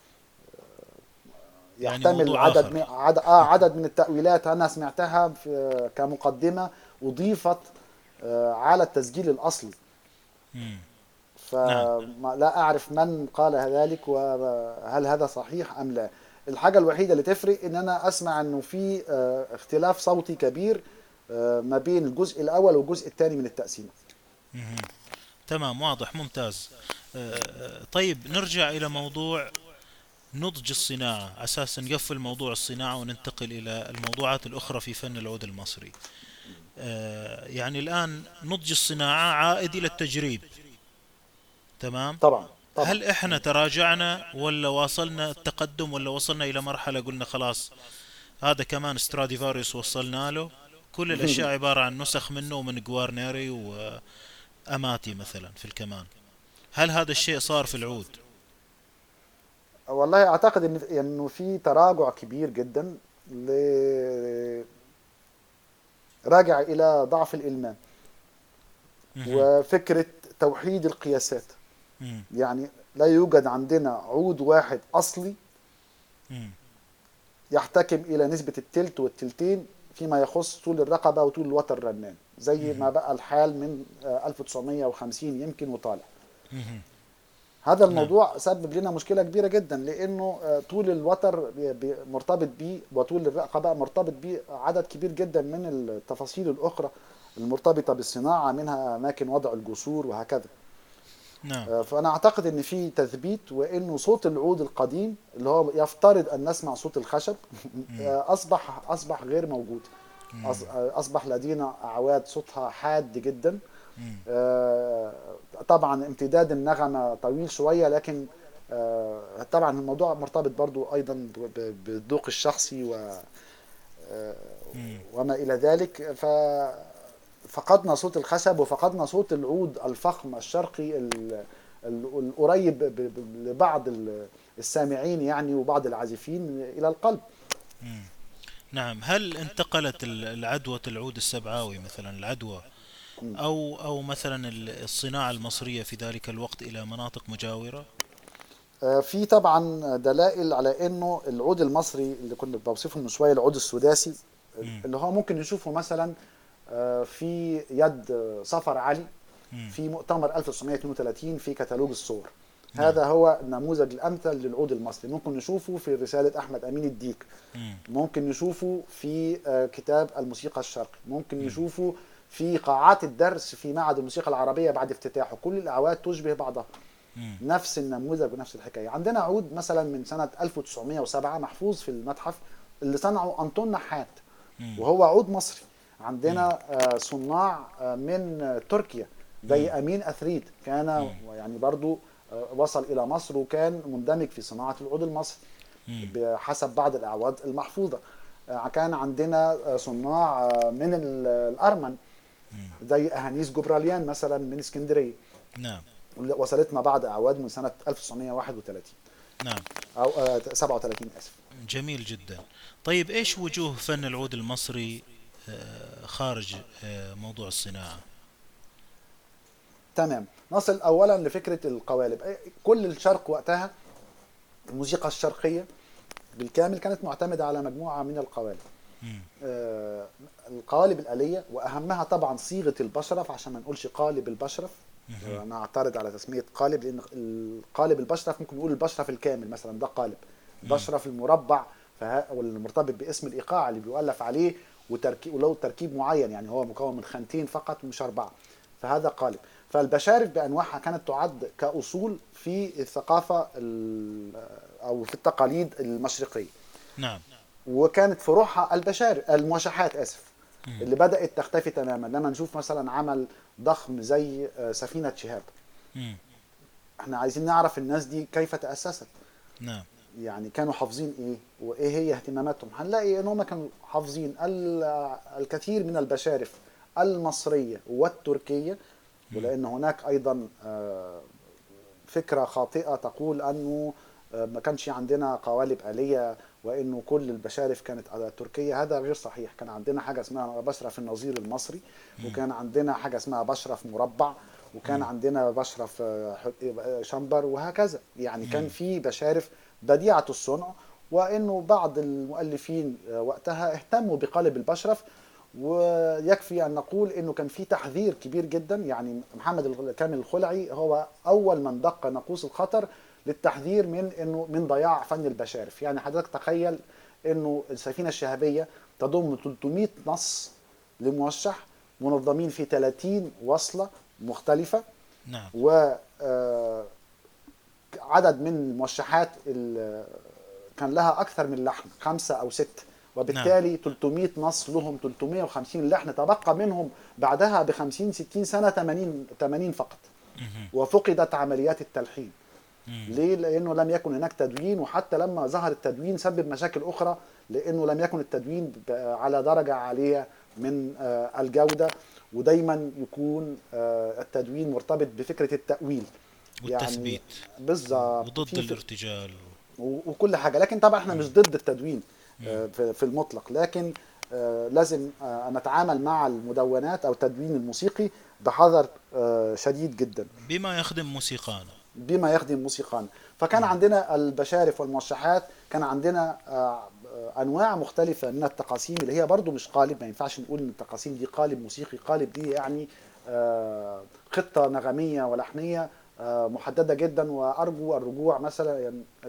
يعني يحتمل موضوع عدد من آخر. عدد, آه عدد من التأويلات أنا سمعتها في كمقدمة أضيفت آه على التسجيل الأصلي، مم. نعم. فلا أعرف من قال ذلك وهل هذا صحيح أم لا. الحاجة الوحيدة اللي تفرق إن أنا أسمع إنه في آه اختلاف صوتي كبير آه ما بين الجزء الأول والجزء الثاني من التقسيمة. مم. تمام، واضح، ممتاز. آه، آه، طيب نرجع إلى موضوع نضج الصناعة، أساس نقفل موضوع الصناعة وننتقل إلى الموضوعات الأخرى في فن العود المصري. آه، يعني الآن نضج الصناعة عائد إلى التجريب، تمام؟ طبعا طبعا. هل إحنا تراجعنا ولا واصلنا التقدم، ولا وصلنا إلى مرحلة قلنا خلاص هذا كمان ستراديفاريوس وصلنا له، كل الأشياء عبارة عن نسخ منه ومن جوارنيري وأماتي مثلا في الكمان؟ هل هذا الشيء صار في العود؟ والله أعتقد إن إنه في تراجع كبير جدا ل- راجع إلى ضعف الإلمان مهم. وفكرة توحيد القياسات. مم. يعني لا يوجد عندنا عود واحد أصلي مم. يحتكم إلى نسبة التلت والتلتين فيما يخص طول الرقبة وطول الوتر الرنان، زي ما مهم. بقى الحال من آه، ألف وتسعمائة وخمسين يمكن وطالع. مهم. هذا نعم. الموضوع سبب لنا مشكلة كبيرة جدا، لأنه آه، طول الوتر بي- بي- مرتبط بيه وطول الرقبة مرتبط بيه عدد كبير جدا من التفاصيل الأخرى المرتبطة بالصناعة، منها أماكن وضع الجسور وهكذا. نعم. آه، فأنا أعتقد إن في تثبيت، وإنه صوت العود القديم اللي هو يفترض أن نسمع صوت الخشب مم. آه، أصبح أصبح غير موجود. مم. أص- آه، أصبح لدينا أعواد صوتها حاد جدا. مم. آه، طبعا امتداد النغمة طويل شوية، لكن آه، طبعا الموضوع مرتبط برضو أيضا ب- ب- بالذوق الشخصي و آه، مم. وما إلى ذلك. ففقدنا صوت الخشب وفقدنا صوت العود الفخم الشرقي ال- ال- القريب ب- ب- لبعض ال- السامعين يعني، وبعض العازفين إلى القلب. مم. نعم. هل انتقلت ال- العدوى العود السبعاوي مثلا، العدوى أو أو مثلا ال- الصناعة المصرية في ذلك الوقت إلى مناطق مجاورة؟ آه، في طبعا دلائل على انه العود المصري اللي كنت بوصفه من شويه، العود السداسي، مم. اللي هو ممكن نشوفه مثلا آه، في يد آه، صفر علي مم. في مؤتمر ألف وتسعمائة واثنين وثلاثين في كتالوج الصور. نعم. هذا هو النموذج الامثل للعود المصري. ممكن نشوفه في رساله احمد امين الديك، مم. ممكن نشوفه في آه، كتاب الموسيقى الشرقي، ممكن مم. نشوفه في قاعات الدرس في معهد الموسيقى العربيه بعد افتتاحه. كل الاعواد تشبه بعضها، مم. نفس النموذج ونفس الحكايه. عندنا عود مثلا من سنه ألف وتسعمائة وسبعة محفوظ في المتحف، اللي صنعه انطون نحات، مم. وهو عود مصري. مم. عندنا آه، صناع آه، من آه، تركيا زي مم. امين اثريد، كان مم. يعني برضو آه، وصل الى مصر وكان مندمج في صناعه العود المصري مم. بحسب بعض الاعواد المحفوظه. آه، كان عندنا آه، صناع آه، من ال- الارمن مم. زي اهانيس جبراليان مثلا من اسكندريه، نعم. وصلتنا بعض اعواد من سنه ألف وتسعمائة وواحد وثلاثين نعم. او آه، سبعة وثلاثين اسف. جميل جدا. طيب إيش وجوه فن العود المصري آه، خارج آه، موضوع الصناعة؟ تمام، نصل اولا لفكره القوالب. آه، كل الشرق وقتها، الموسيقى الشرقيه بالكامل كانت معتمده على مجموعه من القوالب. مم. آه، القوالب الآلية، وأهمها طبعا صيغة البشرف، عشان ما نقولش قالب البشرف. مم. آه، أنا أعترض على تسمية قالب، لأن القالب البشرف ممكن نقول البشرف الكامل مثلا، ده قالب. مم. البشرف المربع فه- والمرتبط باسم الإيقاع اللي بيؤلف عليه، وتركيب ولو تركيب معين، يعني هو مكون من خانتين فقط مش أربعة، فهذا قالب. فالبشارف بأنواعها كانت تعد كأصول في الثقافة ال- أو في التقاليد المشرقية. نعم. وكانت فروعها البشار المواشحات اسف، مم. اللي بدات تختفي تماما. لما نشوف مثلا عمل ضخم زي آه، سفينه شهاب، مم. احنا عايزين نعرف الناس دي كيف تاسست، نعم. يعني كانوا حافظين ايه وايه هي اهتماماتهم. هنلاقي ان هم كانوا حافظين ال- الكثير من البشارف المصريه والتركيه. مم. ولان هناك ايضا آه، فكرة خاطئة تقول أنه آه، ما كانش عندنا قوالب آلية وأنه كل البشارف كانت على تركيا. هذا غير صحيح. كان عندنا حاجة اسمها بشرف النظير المصري، مم. وكان عندنا حاجة اسمها بشرف مربع، وكان مم. عندنا بشرف آه، ح- آه، شمبر، وهكذا. يعني كان مم. في بشارف بديعة الصنع، وأنه بعض المؤلفين آه، وقتها اهتموا بقالب البشرف. ويكفي ان نقول انه كان في تحذير كبير جدا. يعني محمد الغ- كامل الخلعي هو اول من دق ناقوس الخطر للتحذير من انه من ضياع فن البشارف. يعني حضرتك تخيل انه السفينه الشهابيه تضم ثلاثمائة نص لموشح منظمين في ثلاثين وصله مختلفه، نعم. وعدد من الموشحات ال- كان لها اكثر من لحن، خمسه او سته. نعم. وبالتالي ثلاثمائة نص لهم ثلاثمائة وخمسين لحن، تبقى منهم بعدها ب خمسين ستين سنه ثمانين ثمانين فقط، مم. وفقدت عمليات التلحين. مم. ليه؟ لانه لم يكن هناك تدوين، وحتى لما ظهر التدوين سبب مشاكل اخرى، لانه لم يكن التدوين ب- على درجه عاليه من آه، الجوده. ودايما يكون آه، التدوين مرتبط بفكره التاويل، يعني والتثبيت بالظبط وضد في في- الارتجال. و- وكل حاجه. لكن طبعا احنا مش مم. ضد التدوين مم. آه، في في المطلق، لكن آه، لازم آه، نتعامل مع المدونات او التدوين الموسيقي بحذر آه، شديد جدا بما يخدم موسيقانا. بما يخدم موسيقانا. فكان مم. عندنا البشارف والموشحات، كان عندنا آه، آه، انواع مختلفه من التقاسيم اللي هي برضو مش قالب. ما ينفعش نقول ان التقاسيم دي قالب موسيقي. قالب دي يعني آه، خطه نغميه ولحنيه آه، محدده جدا. وارجو الرجوع مثلا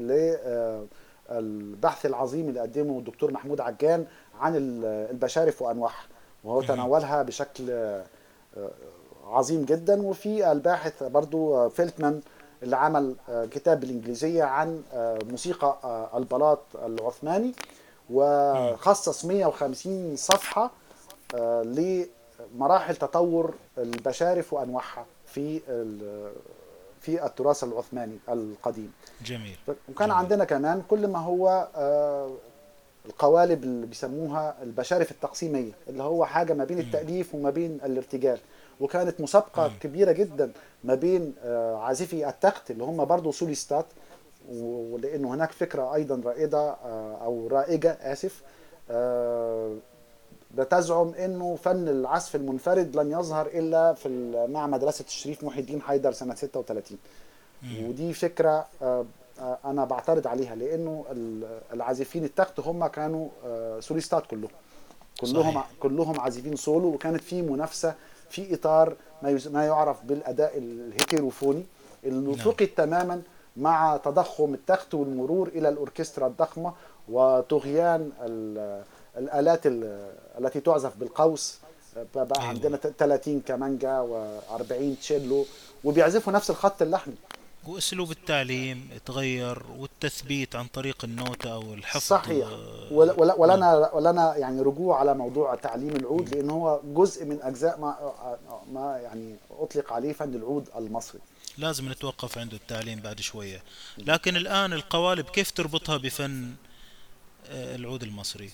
للبحث العظيم اللي قدمه الدكتور محمود عجان عن ال- البشارف وانواعها، وهو مم. تناولها بشكل آه، عظيم جدا. وفي الباحث برضو آه، فيلتمان اللي عمل آه، كتاب بالإنجليزية عن آه، موسيقى آه، البلاط العثماني، مم. وخصص مئة وخمسين صفحة آه، لمراحل تطور البشارف وأنواعها في ال- في التراث العثماني القديم. جميل. وكان جميل. عندنا كمان كل ما هو آه، القوالب اللي بيسموها البشارف التقسيمية، اللي هو حاجة ما بين مم. التأليف وما بين الارتجال. وكانت مسابقة مم. كبيرة جدا ما بين آه، عازفي التخت اللي هم برضو سوليستات، ولأنه هناك فكرة أيضا رائدة آه، أو رائجة آسف آه، بتزعم انه فن العزف المنفرد لن يظهر الا في مع مدرسه الشريف محي الدين حيدر سنه ستة وثلاثين. مم. ودي فكره آه، آه، انا بعترض عليها، لانه ال- العازفين التخت هم كانوا آه، سوليستات كلهم، كلهم صحيح. كلهم عازفين سولو. وكانت في منافسه في اطار ما يس- ما يعرف بالاداء الهيتيروفوني، اللي نعم. فقد تماما مع تضخم التخت والمرور الى الاوركسترا الضخمه وطغيان ال- الالات ال- التي تعزف بالقوس. بقى أيوة. عندنا ثلاثين كمانجا و40 تشيلو وبيعزفوا نفس الخط اللحني. وأسلوب التعليم تغير، والتثبيت عن طريق النوتة أو الحفظ. صحيح. آه، ولا ولا نعم. ولنا ولنا يعني رجوع على موضوع تعليم العود، لان هو جزء من اجزاء ما ما يعني اطلق عليه فن العود المصري. لازم نتوقف عنده التعليم بعد شوية. لكن الآن القوالب كيف تربطها بفن آه، العود المصري؟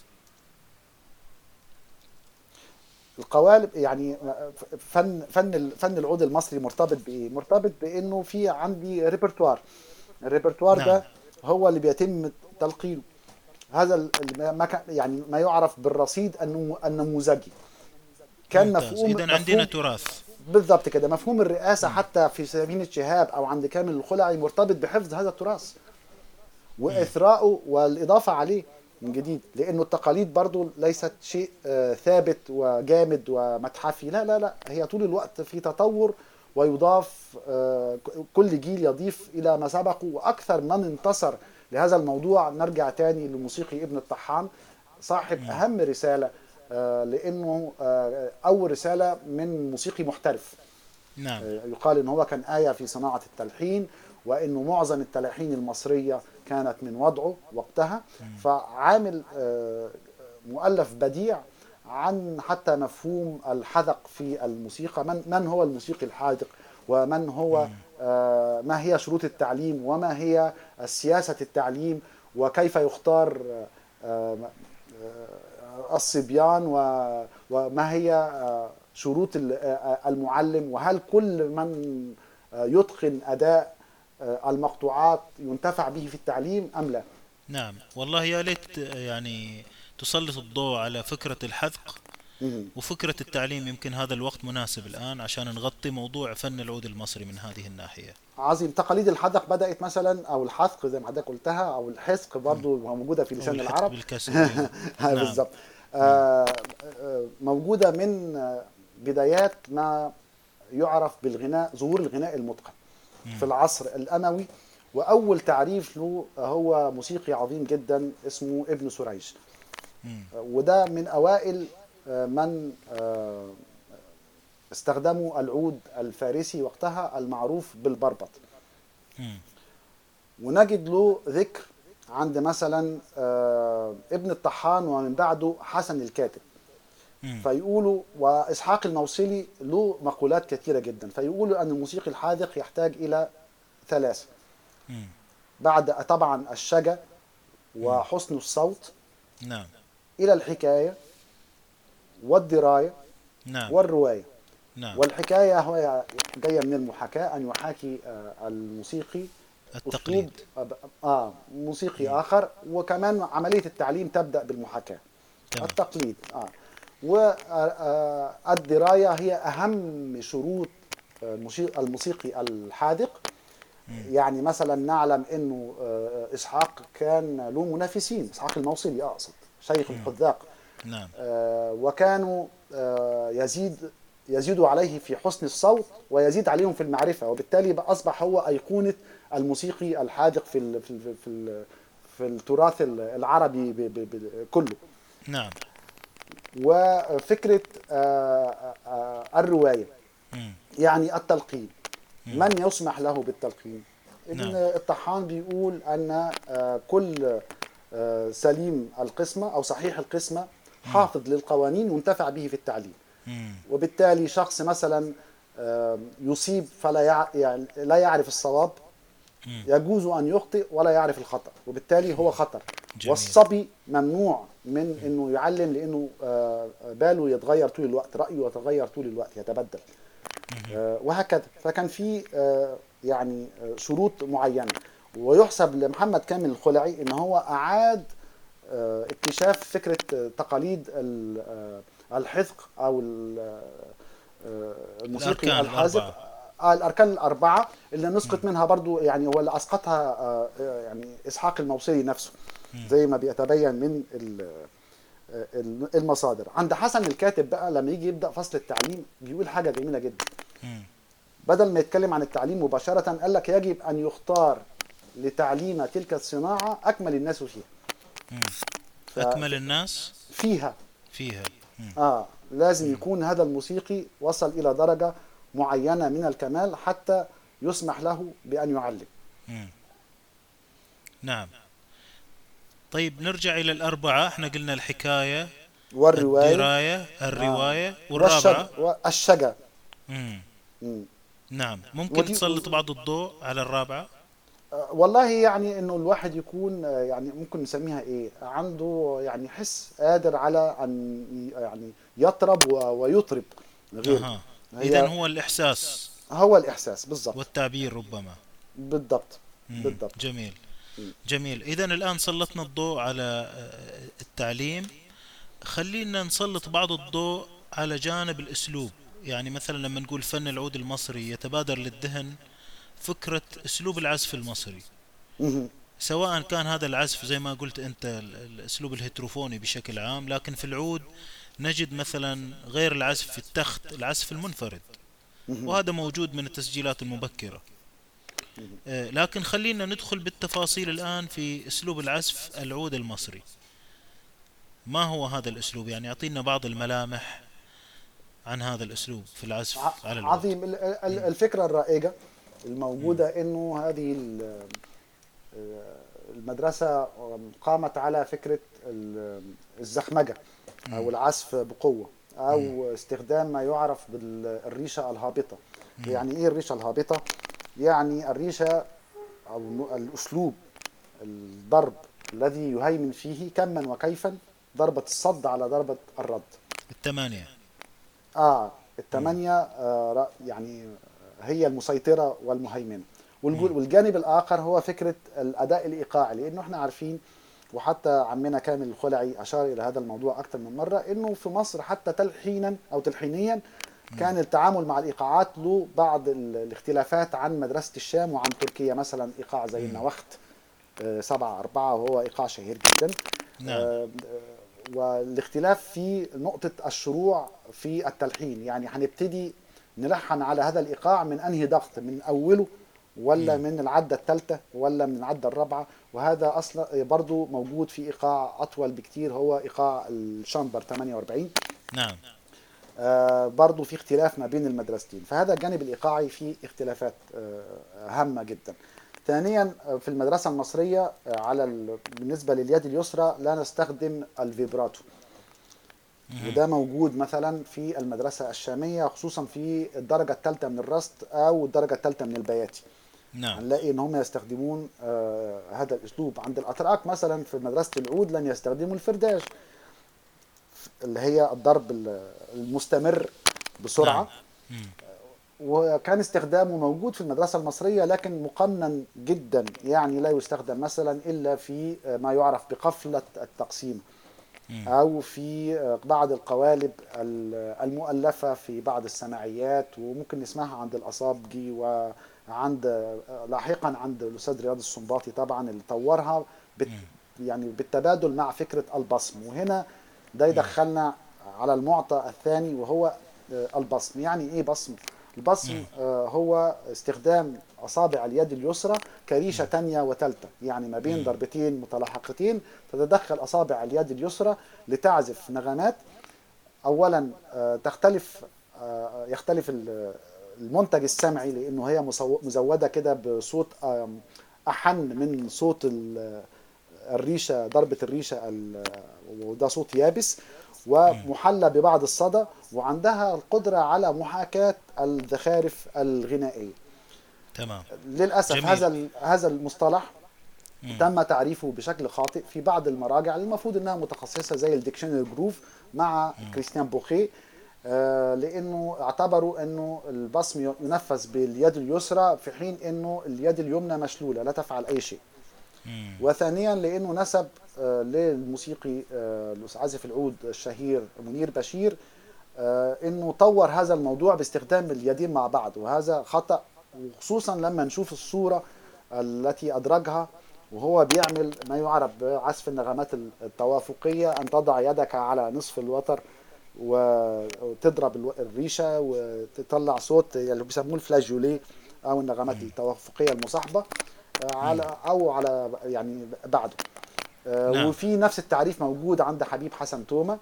القوالب يعني فن فن فن العود المصري مرتبط بايه؟ مرتبط بانه في عندي ريpertoire. الريpertoire نعم. ده هو اللي بيتم تلقينه. هذا ال- ما كان يعني ما يعرف بالرصيد النمو- النموذجي. كان ممتاز، مفهوم إذا عندنا مفهوم تراث. بالضبط كده. مفهوم الرئاسة مم. حتى في سمين الشهاب أو عند كامل الخلعي مرتبط بحفظ هذا التراث مم. وإثراءه والإضافة عليه من جديد، لأنه التقاليد برضو ليست شيء آه، ثابت وجامد ومتحفي. لا لا لا، هي طول الوقت في تطور، ويضاف آه، كل جيل يضيف إلى ما سبقه. وأكثر من انتصر لهذا الموضوع نرجع تاني لموسيقي ابن الطحان، صاحب مم. أهم رسالة آه، لأنه آه، أول رسالة من موسيقي محترف. نعم. يقال ان هو كان آية في صناعة التلحين، وانه معظم التلحين المصرية كانت من وضعه وقتها. مم. فعامل آه، مؤلف بديع عن حتى مفهوم الحذق في الموسيقى. من من هو الموسيقي الحاذق، ومن هو مم. آه، ما هي شروط التعليم، وما هي سياسة التعليم، وكيف يختار آه، آه، الصبيان، و- وما هي آه، شروط ال- آه، المعلم، وهل كل من آه، يتقن أداء آه، المقطوعات ينتفع به في التعليم أم لا. نعم، والله يا ليت آه، يعني تسلط الضوء على فكرة الحذق مم. وفكرة التعليم. يمكن هذا الوقت مناسب الآن عشان نغطي موضوع فن العود المصري من هذه الناحية. عظيم. تقاليد الحذق بدأت مثلا، أو الحذق زي ما حضرتك قلتها، أو الحسق مم. برضو موجودة في أو لسان الحذق العرب. بالكسر، أيوة. نعم. بالضبط. مم. آه، آه، موجودة من آه، بدايات ما يعرف بالغناء، ظهور الغناء المتقن في مم. العصر الأموي. وأول تعريف له هو موسيقي عظيم جدا اسمه ابن سريج. مم. وده من أوائل آه، من آه، استخدموا العود الفارسي وقتها المعروف بالبربط. مم. ونجد له ذكر عند مثلا آه، ابن الطحان ومن بعده حسن الكاتب. مم. فيقولوا، وإسحاق الموصلي له مقولات كثيرة جدا، فيقولوا أن الموسيقي الحاذق يحتاج إلى ثلاثة: مم. بعد طبعا الشجا مم. وحسن الصوت، نعم. إلى الحكاية والدراية نعم. والرواية. نعم. والحكاية هو جاية من المحاكاة، أن يحاكي آه، الموسيقي أسلوب التقليد. آه آه، موسيقي مم. آخر. وكمان عملية التعليم تبدأ بالمحاكاة، تمام. التقليد. آه. والدراية هي أهم شروط آه، الموسيقى- الموسيقي الحاذق. مم. يعني مثلا نعلم أنه آه، إسحاق كان له منافسين، إسحاق الموصلي أقصد، شيخ مم. الحذاق. نعم. آه، وكانوا آه، يزيد يزيد عليه في حسن الصوت ويزيد عليهم في المعرفة، وبالتالي بقى أصبح هو أيقونة الموسيقي الحاذق في ال- في ال- في ال- في التراث العربي ب- ب- ب- كله. نعم. وفكرة آه، آه، الرواية. مم. يعني التلقين. مم. من يسمح له بالتلقين؟ ابن نعم. الطحان بيقول أن آه، كل آه، سليم القسمة أو صحيح القسمة مم. حافظ للقوانين ينتفع به في التعليم. مم. وبالتالي شخص مثلا آه، يصيب فلا يع... يعني لا يعرف الصواب، مم. يجوز أن يخطئ ولا يعرف الخطأ، وبالتالي هو خطر. جميل. والصبي ممنوع من أنه يعلم، لأنه آه، باله يتغير طول الوقت، رأيه يتغير طول الوقت، يتبدل مم. آه، وهكذا. فكان في آه، يعني آه، شروط معينة. ويحسب لمحمد كامل الخلعي ان هو اعاد آه، اكتشاف فكرة آه، تقاليد ال- آه، الحذق او ال- آه، الموسيقي الأركان الحاذق. الأربعة. آه، الاركان الاربعة اللي مم. نسقط منها برضو، يعني هو اللي اسقطها آه، آه، يعني اسحاق الموصلي نفسه، مم. زي ما بيتبين من ال- آه، المصادر. عند حسن الكاتب بقى لما يجي يبدأ فصل التعليم بيقول حاجة جميلة جدا. مم. بدل ما يتكلم عن التعليم مباشرة قال لك يجب أن يختار لتعليم تلك الصناعة أكمل الناس فيها. مم. أكمل ف- الناس فيها فيها. مم. آه لازم مم. يكون هذا الموسيقي وصل إلى درجة معينة من الكمال حتى يسمح له بأن يعلم. مم. نعم. طيب نرجع إلى الأربعة، احنا قلنا الحكاية، والرواية الدراية، آه الرواية، والشج والرابعة. والشجا. مم. مم. نعم. ممكن ودي تسلط بعض الضوء على الرابعة؟ آه، والله يعني انه الواحد يكون آه، يعني ممكن نسميها ايه، عنده يعني حس قادر على ان ي- يعني يطرب و- ويطرب غيره. أها. إذن هي هو الإحساس هو الاحساس بالضبط. والتعبير ربما. بالضبط. مم. بالضبط. جميل. م. جميل. إذن الآن سلطنا الضوء على آه، التعليم. خلينا نسلط بعض الضوء على جانب الأسلوب. يعني مثلا لما نقول فن العود المصري يتبادر للذهن فكرة أسلوب العزف المصري، مهم. سواء كان هذا العزف زي ما قلت أنت ال- الأسلوب الهيتروفوني بشكل عام، لكن في العود نجد مثلا غير العزف في التخت العزف المنفرد، مهم. وهذا موجود من التسجيلات المبكرة. مهم. آه، لكن خلينا ندخل بالتفاصيل الآن في أسلوب العزف العود المصري. ما هو هذا الأسلوب؟ يعني أعطينا بعض الملامح عن هذا الأسلوب في ع- العزف على العود. عظيم. ال- ال- مم. الفكرة الرائجة مم. الموجودة انه هذه ال- المدرسة قامت على فكرة ال- الزخمجة أو مم. العزف بقوة مم. أو استخدام ما يعرف بالريشة الهابطة. مم. يعني إيه الريشة الهابطة؟ يعني الريشة أو الم- الأسلوب الضرب الذي يهيمن فيه كما وكيفا ضربة الصد على ضربة الرد. الثمانية. آه مم. الثمانية آه ر- يعني هي المسيطرة والمهيمنة. والجو- مم. والجانب الآخر هو فكرة الأداء الإيقاعي، لأنه احنا عارفين وحتى عمنا كامل الخلعي أشار إلى هذا الموضوع أكثر من مرة، إنه في مصر حتى تلحينا أو تلحينيا مم. كان التعامل مع الإيقاعات له بعض ال- الاختلافات عن مدرسة الشام وعن تركيا. مثلا إيقاع زي مم. النوخت آه، سبعة أربعة وهو إيقاع شهير جدا. نعم. آه، آه، والاختلاف في نقطة الشروع في التلحين، يعني هنبتدي نلحن على هذا الإيقاع من أنهي ضغط، من أوله ولا مم. من العدة الثالثة ولا من العدة الرابعة. وهذا أصلا برضو موجود في إيقاع أطول بكتير هو إيقاع الشامبر ثمانية وأربعين. نعم. آه، برضو في اختلاف ما بين المدرستين، فهذا الجانب الإيقاعي فيه اختلافات آه، هامة جدا. ثانيا آه، في المدرسة المصرية آه، على ال... بالنسبة لليد اليسرى لا نستخدم الفيبراتو، مم. وده موجود مثلا في المدرسة الشامية خصوصا في الدرجة الثالثة من الرست أو الدرجة الثالثة من البياتي. نعم. هنلاقي ان هم يستخدمون آه هذا الاسلوب. عند الاتراك مثلا في مدرسه العود لن يستخدموا الفرداج اللي هي الضرب المستمر نعم. بسرعه. مم. وكان استخدامه موجود في المدرسة المصرية لكن مقنن جدا، يعني لا يستخدم مثلا إلا في ما يعرف بقفلة التقسيم مم. أو في بعض القوالب المؤلفة في بعض السماعيات، وممكن نسمعها عند الأصابجي وعند لاحقا عند الأستاذ رياض السنباطي طبعا اللي طورها بت مم. يعني بالتبادل مع فكرة البصم. وهنا ده مم. يدخلنا على المعطى الثاني وهو البصم. يعني ايه بصم؟ البصم مم. آه، هو استخدام اصابع اليد اليسرى كريشه مم. تانية وثالثه، يعني ما بين مم. ضربتين متلاحقتين تتدخل اصابع اليد اليسرى لتعزف نغمات. اولا آه، تختلف آه، يختلف ال- المنتج السمعي، لانه هي مصو- مزوده كده بصوت آم، احن من صوت ال- الريشه، ضربه الريشه ال- وده صوت يابس، ومحلى ببعض الصدى، وعندها القدره على محاكاه الزخارف الغنائيه. تمام. للاسف جميل. هذا ال- هذا المصطلح مم. تم تعريفه بشكل خاطئ في بعض المراجع اللي المفروض انها متخصصه زي الديكشنري جروف مع كريستيان بوخي، آه، لانه اعتبروا انه البصم ينفذ باليد اليسرى في حين انه اليد اليمنى مشلوله لا تفعل اي شيء. مم. وثانيا لانه نسب آه، للموسيقي آه، عازف العود الشهير منير بشير آه، انه طور هذا الموضوع باستخدام اليدين مع بعض، وهذا خطأ. وخصوصا لما نشوف الصورة التي أدرجها وهو بيعمل ما يعرف بعزف النغمات التوافقية، أن تضع يدك على نصف الوتر وتضرب الو- الريشة وتطلع صوت اللي بيسموه الفلاجولي أو النغمات التوافقية المصاحبة آه، على أو على يعني بعده. آه، نعم. وفي نفس التعريف موجود عند حبيب حسن تومة.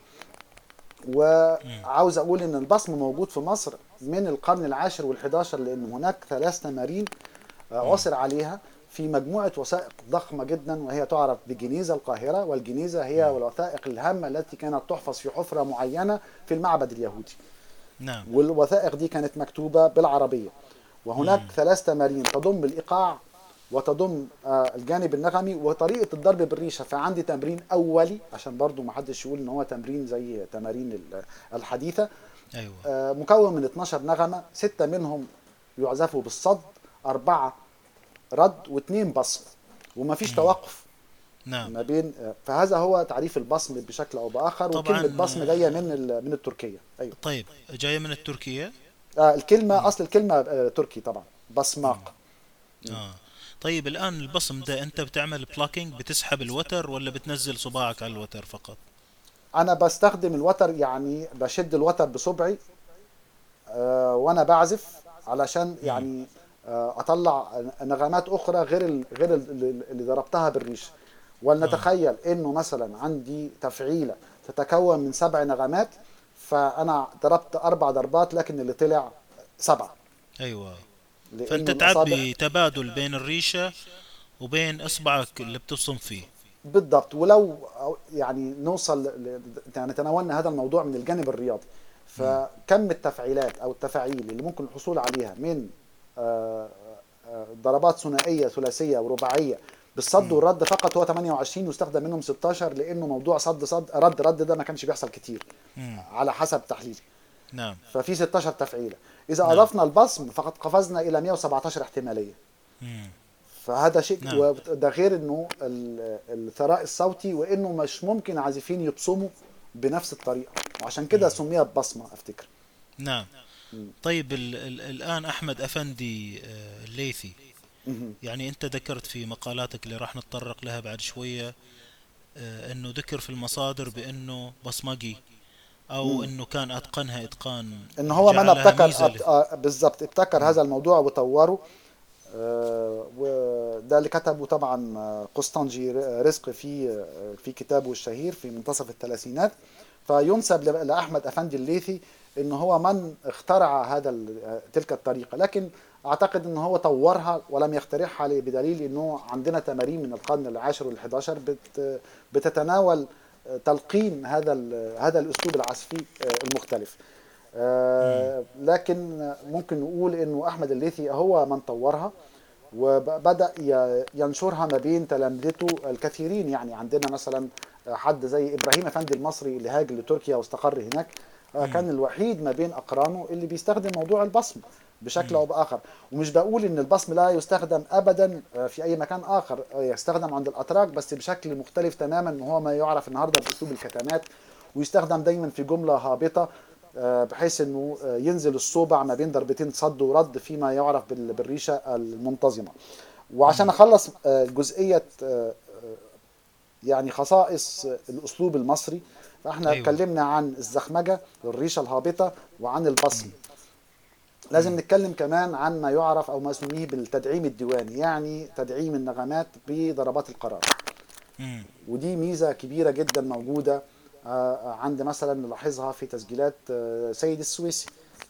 وعاوز اقول ان البصم موجود في مصر من القرن العاشر والحداشر، لان هناك ثلاث تمارين آه، عثر عليها في مجموعة وثائق ضخمة جدا، وهي تعرف بجنيزة القاهرة، والجنيزة هي الوثائق الهامة التي كانت تحفظ في حفرة معينة في المعبد اليهودي. نعم. والوثائق دي كانت مكتوبة بالعربية. وهناك ثلاث تمارين تضم الإيقاع وتضم آه، الجانب النغمي وطريقة الضرب بالريشة. فعندي تمرين أولي عشان برضو ما حدش يقول إن هو تمرين زي تمارين ال- الحديثة، ايوه. آه، مكون من اتناشر نغمة، ستة منهم يعزفوا بالصد، أربعة رد، واثنين بصم، ومفيش توقف نعم. ما بين. آه، فهذا هو تعريف البصم بشكل أو بآخر. وكلمة طبعا. بصم جاية من ال- من التركية. أيوه. طيب، جاية من التركية. آه، الكلمة أصل الكلمة آه، تركي طبعا، بصماق. اه. طيب الآن البصم ده أنت بتعمل بلاكينج، بتسحب الوتر ولا بتنزل صباعك على الوتر فقط؟ انا بستخدم الوتر، يعني بشد الوتر بصبعي آه، وانا بعزف علشان مم. يعني آه، اطلع نغمات اخرى غير ال- غير ال- اللي ضربتها بالريش. اه. ولنتخيل انه مثلا عندي تفعيله تتكون من سبع نغمات، فانا ضربت اربع ضربات لكن اللي طلع سبعه، ايوه. فأنت لانه الاصابع. تعبي تبادل بين الريشة وبين إصبعك اللي بتصم فيه. بالضبط. ولو يعني نوصل ل- يعني تناولنا هذا الموضوع من الجانب الرياضي، فكم التفعيلات او التفاعيل اللي ممكن الحصول عليها من آه، آه، ضربات ثنائيه ثلاثيه ورباعيه بالصد والرد فقط هو ثمانية وعشرين، واستخدم منهم ستاشر، لانه موضوع صد صد رد رد ده ما كانش بيحصل كتير مم. على حسب تحليلي. نعم. ففي ستاشر تفعيله. اذا نعم. اضفنا البصم فقد قفزنا الى مئة وسبعتاشر احتماليه. مم. فهذا شيء، نعم. وده غير انه ال- الثراء الصوتي، وانه مش ممكن عازفين يبصموا بنفس الطريقه، وعشان كده سميت بصمه افتكر. نعم. طيب ال ال الآن أحمد أفندي آه، الليثي، مهم. يعني أنت ذكرت في مقالاتك اللي راح نتطرق لها بعد شوية آه، أنه ذكر في المصادر بأنه بصمجي، أو مم. أنه كان أتقنها إتقان ان هو من جعلها ابتكر ميزة أبت... له. آه، بالظبط ابتكر هذا الموضوع وطوره. آه، وده اللي كتبه طبعا آه، قسطنجي رزق في آه، في كتابه الشهير في منتصف الثلاثينات. فينسب ل- لأحمد أفندي الليثي إن هو من اخترع هذا ال- آه، تلك الطريقة، لكن أعتقد إن هو طورها ولم يخترعها، ل- بدليل إنه عندنا تمارين من القرن العاشر والحداشر بت بتتناول آه، تلقين هذا ال- هذا الأسلوب العزفي آه، المختلف. مم. آه، لكن ممكن نقول انه احمد الليثي هو من طورها، وبدأ ي- ينشرها ما بين تلامذته الكثيرين. يعني عندنا مثلا حد زي ابراهيم افندي المصري اللي هاجر لتركيا واستقر هناك، آه، مم. كان الوحيد ما بين اقرانه اللي بيستخدم موضوع البصم بشكل مم. او باخر. ومش بقول ان البصم لا يستخدم ابدا آه، في اي مكان اخر، آه، يستخدم عند الاتراك بس بشكل مختلف تماما، وهو ما يعرف النهارده باسلوب الكتمات. ويستخدم دايما في جمله هابطه آه، بحيث انه آه، ينزل الصوبع ما بين ضربتين صد ورد فيما يعرف بال- بالريشه المنتظمه. وعشان مم. اخلص آه، جزئيه آه، يعني خصائص الاسلوب المصري، فاحنا أيوة. اتكلمنا عن الزخمجه والريشه الهابطه وعن البصم. مم. لازم مم. نتكلم كمان عن ما يعرف او ما اسميه بالتدعيم الديواني، يعني تدعيم النغمات بضربات القرار. مم. ودي ميزه كبيره جدا موجوده آه، عند مثلا نلاحظها في تسجيلات آه، سيد السويسي.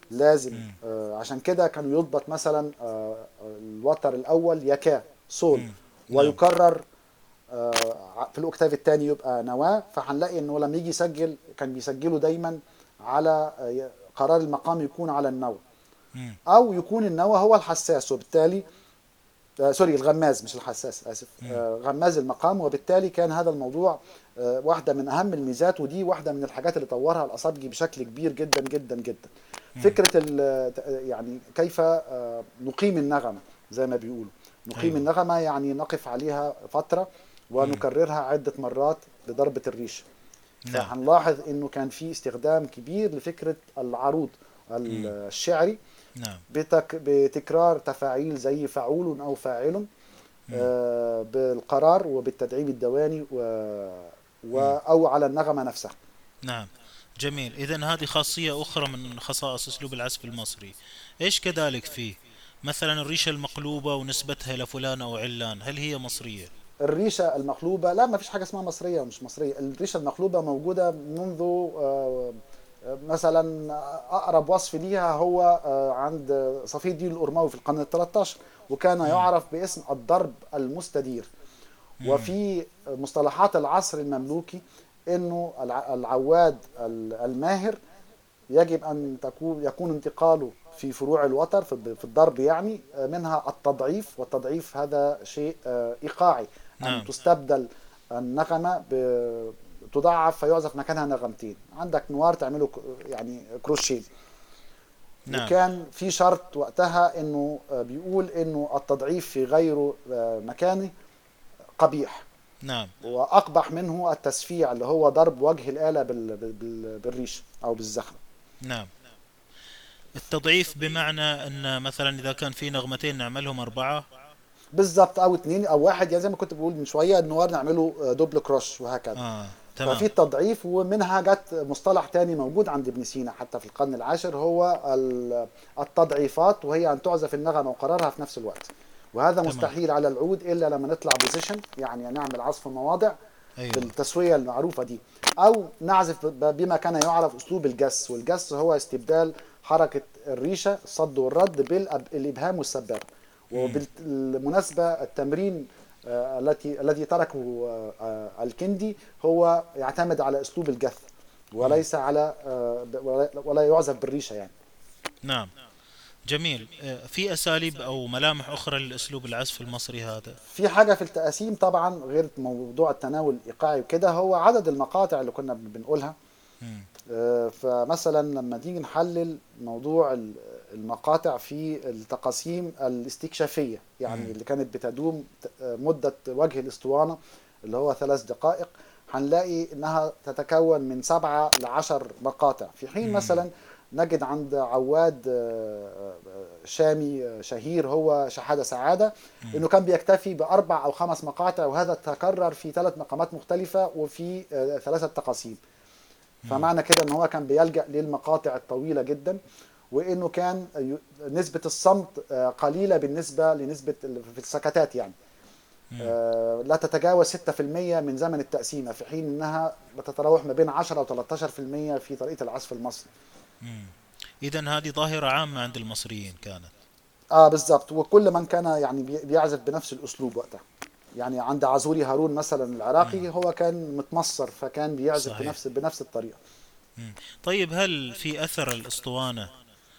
لازم مم. آه، عشان كده كانوا يضبط مثلا آه، الوتر الاول يكا صول، مم. نعم. ويكرر آه، في الاوكتاف الثاني يبقى نواه. فهنلاقي انه لما يجي يسجل كان بيسجله دايما على آه، قرار المقام يكون على النوى، مم. او يكون النوى هو الحساس، وبالتالي آه سوري الغماز مش الحساس اسف، مم. آه غماز المقام. وبالتالي كان هذا الموضوع آه واحده من اهم الميزات، ودي واحده من الحاجات اللي طورها الاصابجي بشكل كبير جدا جدا جدا. مم. فكره ال- يعني كيف آه نقيم النغمه زي ما بيقولوا. نقيم ايوه. النغمه يعني نقف عليها فتره مم. ونكررها عده مرات بضربه الريش. نعم. فهنلاحظ انه كان في استخدام كبير لفكره العروض مم. الشعري نعم. بتك بتكرار تفاعيل زي فعول او فاعل مم. آه، بالقرار وبالتدعيم الدواني و... و... مم. او على النغمه نفسها. نعم. جميل. إذن هذه خاصية أخرى من خصائص أسلوب العزف المصري. إيش كذلك فيه؟ مثلا الريشة المقلوبة ونسبتها إلى فلان أو علان، هل هي مصرية؟ الريشه المقلوبه لا، ما فيش حاجه اسمها مصريه ومش مصريه. الريشه المقلوبه موجوده منذ آه، مثلا اقرب وصف ليها هو آه، عند صفي الدين الأرماوي في القرن ال ثالث عشر، وكان مم. يعرف باسم الضرب المستدير. مم. وفي مصطلحات العصر المملوكي انه الع- العواد ال- الماهر يجب ان تكون يكون انتقاله في فروع الوتر في الض- في الضرب يعني آه، منها التضعيف. والتضعيف هذا شيء آه، ايقاعي، ان نعم. تستبدل النغمه ب- تضعف فيعزف مكانها نغمتين. عندك نوار تعمله ك- يعني كروشيه. نعم. وكان في شرط وقتها انه آه، بيقول انه التضعيف في غير آه، مكانه قبيح، نعم. واقبح منه التسفيع اللي هو ضرب وجه الاله بال- بال- بالريش او بالزخم. نعم. التضعيف بمعنى أن مثلا إذا كان في نغمتين نعملهم أربعة. بالظبط، او اتنين او واحد، يعني زي ما كنت بقول من شويه النوار نعمله آه، دوبل كروش وهكذا. آه ففي تمام. التضعيف، ومنها جت مصطلح تاني موجود عند ابن سينا حتى في القرن العاشر هو ال- التضعيفات، وهي ان تعزف النغمه وقرارها في نفس الوقت. وهذا تمام. مستحيل على العود الا لما نطلع بوزيشن، يعني نعمل عزف مواضع أيوة. بالتسويه المعروفه دي، او نعزف ب- بما كان يعرف اسلوب الجس. والجس هو استبدال حركه الريشه الصد والرد بالابهام والسبابه. مم. وبالمناسبه التمرين آه، التي الذي تركه آه، آه، الكندي هو يعتمد على اسلوب الجث، مم. وليس على آه، ب- ولا ولا يعزف بالريشه يعني. نعم. جميل. آه، في أساليب أو ملامح أخرى للأسلوب العزف المصري هذا؟ في حاجه في التقاسيم طبعا غير موضوع التناول الايقاعي وكده، هو عدد المقاطع اللي كنا بنقولها. مم. آه، فمثلا لما نيجي نحلل موضوع ال- المقاطع في التقاسيم الاستكشافية، يعني مم. اللي كانت بتدوم ت- آه، مدة وجه الاسطوانة اللي هو ثلاث دقائق، هنلاقي انها تتكون من سبعة لعشر مقاطع. في حين مم. مثلا نجد عند عواد آه، آه، شامي آه، شهير هو شحادة سعادة مم. انه كان بيكتفي باربع او خمس مقاطع، وهذا تكرر في ثلاث مقامات مختلفة وفي آه، ثلاثة تقاسيم. مم. فمعنى كده ان هو كان بيلجأ للمقاطع الطويلة جدا، وانه كان ي- نسبة الصمت آه، قليلة بالنسبة لنسبة ال- في السكتات يعني مم. آه، لا تتجاوز ستة في المية من زمن التقسيمة، في حين انها بتتراوح ما بين عشرة و تلتاشر في المية في طريقة العزف المصري. مم. إذن هذه ظاهرة عامة عند المصريين كانت. اه بالظبط، وكل من كان يعني بي- بيعزف بنفس الاسلوب وقتها. يعني عند عزوري هارون مثلا مم. العراقي هو كان متمصر، فكان بيعزف صحيح. بنفس بنفس الطريقة. مم. طيب هل في أثر الأسطوانة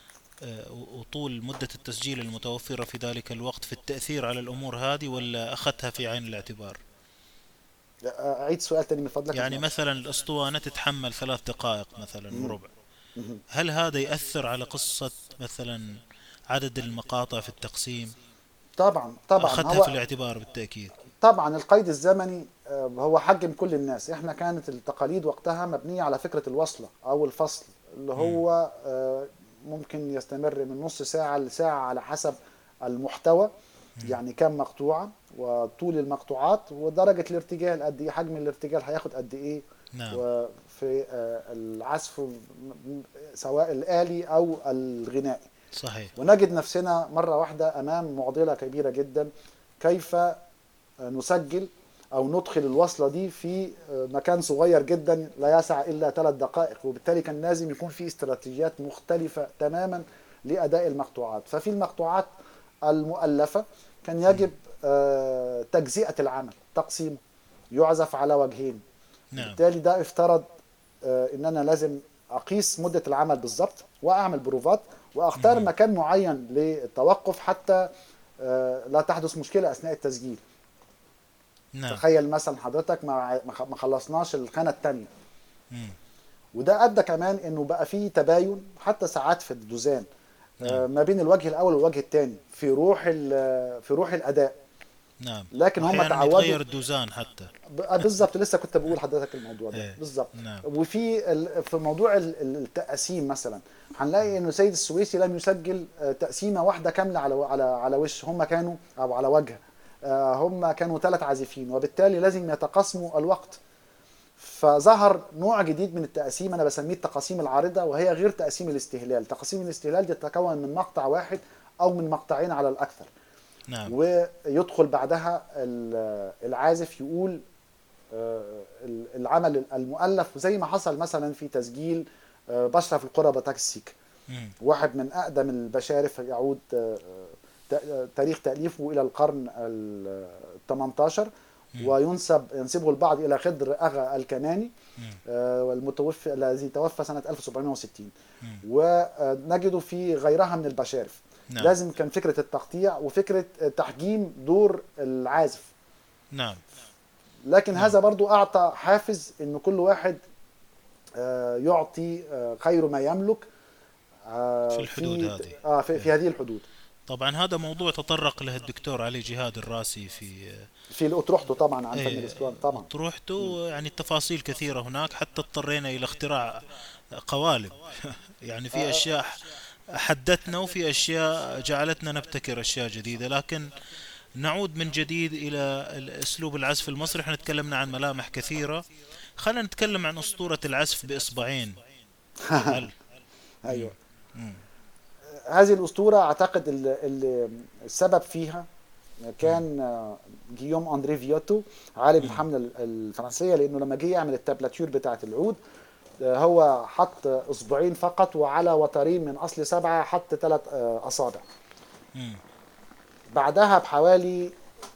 آه، وطول مدة التسجيل المتوفرة في ذلك الوقت في التأثير على الأمور هذه، ولا أخذتها في عين الاعتبار؟ آه، اعيد سؤال تاني من فضلك ما يعني سمعتش. مثلا الأسطوانة تتحمل ثلاث دقائق مثلا مم. وربع، مم. هل هذا يأثر على قصة مثلا عدد المقاطع في التقسيم؟ طبعا طبعا أخذتها في هو الاعتبار بالتأكيد. طبعا القيد الزمني آه، هو حجم كل الناس. احنا كانت التقاليد وقتها مبنية على فكرة الوصلة او الفصل اللي مم. هو آه، ممكن يستمر من نص ساعة لساعة على حسب المحتوى، مم. يعني كم مقطوعة وطول المقطوعات ودرجة الارتجال قد ايه، حجم الارتجال هياخد قد ايه، نعم. وفي آه، العزف م- م- سواء الآلي او الغنائي. صحيح. ونجد نفسنا مرة واحدة امام معضلة كبيرة جدا: كيف نسجل او ندخل الوصله دي في مكان صغير جدا لا يسع الا ثلاث دقائق، وبالتالي كان لازم يكون في استراتيجيات مختلفه تماما لاداء المقطوعات. ففي المقطوعات المؤلفه كان يجب آه، تجزئه العمل، تقسيمه، يعزف على وجهين. نعم. بالتالي ده افترض آه، ان انا لازم اقيس مده العمل بالظبط، واعمل بروفات، واختار مهم. مكان معين للتوقف حتى آه، لا تحدث مشكله اثناء التسجيل. نعم. تخيل مثلا حضرتك ما ما خ- ما خلصناش الخانه الثانيه، مم. وده ادى كمان انه بقى فيه تباين حتى ساعات في الدوزان نعم. آه، ما بين الوجه الاول والوجه الثاني في روح ال- في روح الاداء. نعم. لكن هم واحيانا تعودوا. يتغير الدوزان حتى. ب- آه، بالظبط، لسه كنت بقول لحضرتك الموضوع ده ايه. بالظبط. نعم. وفي ال- في موضوع ال- ال- التقسيم مثلا، هنلاقي انه سيد السويسي لم يسجل آه، تقسيمه واحده كامله على على على وش، هم كانوا او على وجه، آه، هم كانوا ثلاث عازفين، وبالتالي لازم يتقاسموا الوقت. فظهر نوع جديد من التقاسيم انا بسميه التقاسيم العارضه، وهي غير تقسيم الاستهلال. تقاسيم الاستهلال تتكون من مقطع واحد او من مقطعين على الاكثر، نعم. ويدخل بعدها ال- العازف يقول آه، العمل المؤلف، زي ما حصل مثلا في تسجيل آه، بشرة في القرى بتاكسيك، مم. واحد من أقدم البشارف، يعود آه، ت- تاريخ تأليفه إلى القرن ال ثمانية عشر، مم. وينسب ينسبه البعض إلى خضر أغا الكناني مم. آه، والمتوفى الذي توفى سنة ألف وسبعمائة وستين. مم. ونجده في غيرها من البشارف. نعم. لازم كان فكرة التقطيع وفكرة تحجيم دور العازف، نعم. لكن نعم. هذا برضو أعطى حافز إن كل واحد آه، يعطي آه، خير ما يملك في آه، الحدود في هذه. آه، في في إيه. هذه الحدود. طبعا هذا موضوع تطرق له الدكتور علي جهاد الراسي في في الأطروحته طبعا عن فن ايه الاسطوانة طبعا. طروحته، يعني التفاصيل كثيرة هناك، حتى اضطرينا إلى اختراع قوالب. يعني في آه، أشياء حدتنا، وفي أشياء جعلتنا نبتكر أشياء جديدة. لكن نعود من جديد إلى أسلوب العزف المصري. احنا تكلمنا عن ملامح كثيرة، خلينا نتكلم عن أسطورة العزف بإصبعين. هل مم. ايوه. مم. هذه الأسطورة أعتقد ال- ال- السبب فيها مم. كان آه، جيوم أندري فيوتو، عالم مم. الحملة ال- الفرنسية، لأنه لما جه يعمل التابلاتير بتاعة العود آه، هو حط إصبعين فقط، وعلى وترين من أصل سبعة حط ثلاث أصابع. مم. بعدها بحوالي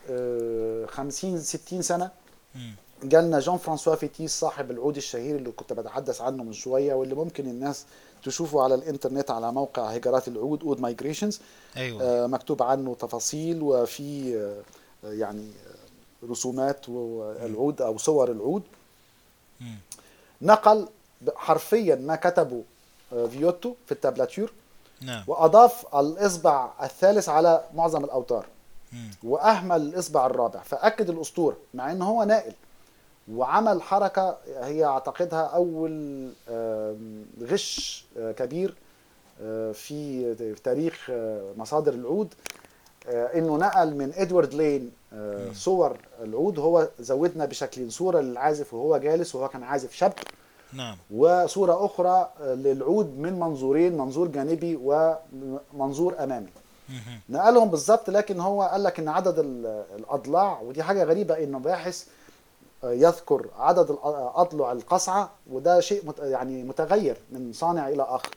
آه، خمسين ستين سنة مم. جالنا جون فرانسوا فيتيس، صاحب العود الشهير اللي كنت بتحدث عنه من شوية، واللي ممكن الناس تشوفه على الانترنت على موقع هجرات العود، اود مايجريشنز. أيوة. مكتوب عنه تفاصيل، وفي آه، يعني آه، رسومات مم. العود او صور العود. مم. نقل حرفيا ما كتبه آه، فيوتو في التابلاتير، نعم. واضاف الاصبع الثالث على معظم الاوتار، مم. واهمل الاصبع الرابع، فاكد الاسطوره مع ان هو ناقل. وعمل حركه هي اعتقدها اول آم، غش آه، كبير آه، في في تاريخ آه، مصادر العود، آه، انه نقل من ادوارد لين آه، مم. صور العود. هو زودنا بشكلين: صوره للعازف وهو جالس وهو كان عازف شاب، نعم. وصوره اخرى آه، للعود من منظورين: منظور جانبي ومنظور امامي. مم. نقلهم بالظبط، لكن هو قال لك ان عدد ال- الاضلاع، ودي حاجه غريبه انه باحث آه، يذكر عدد الأ- اضلع القصعه، وده شيء مت- يعني متغير من صانع الى اخر.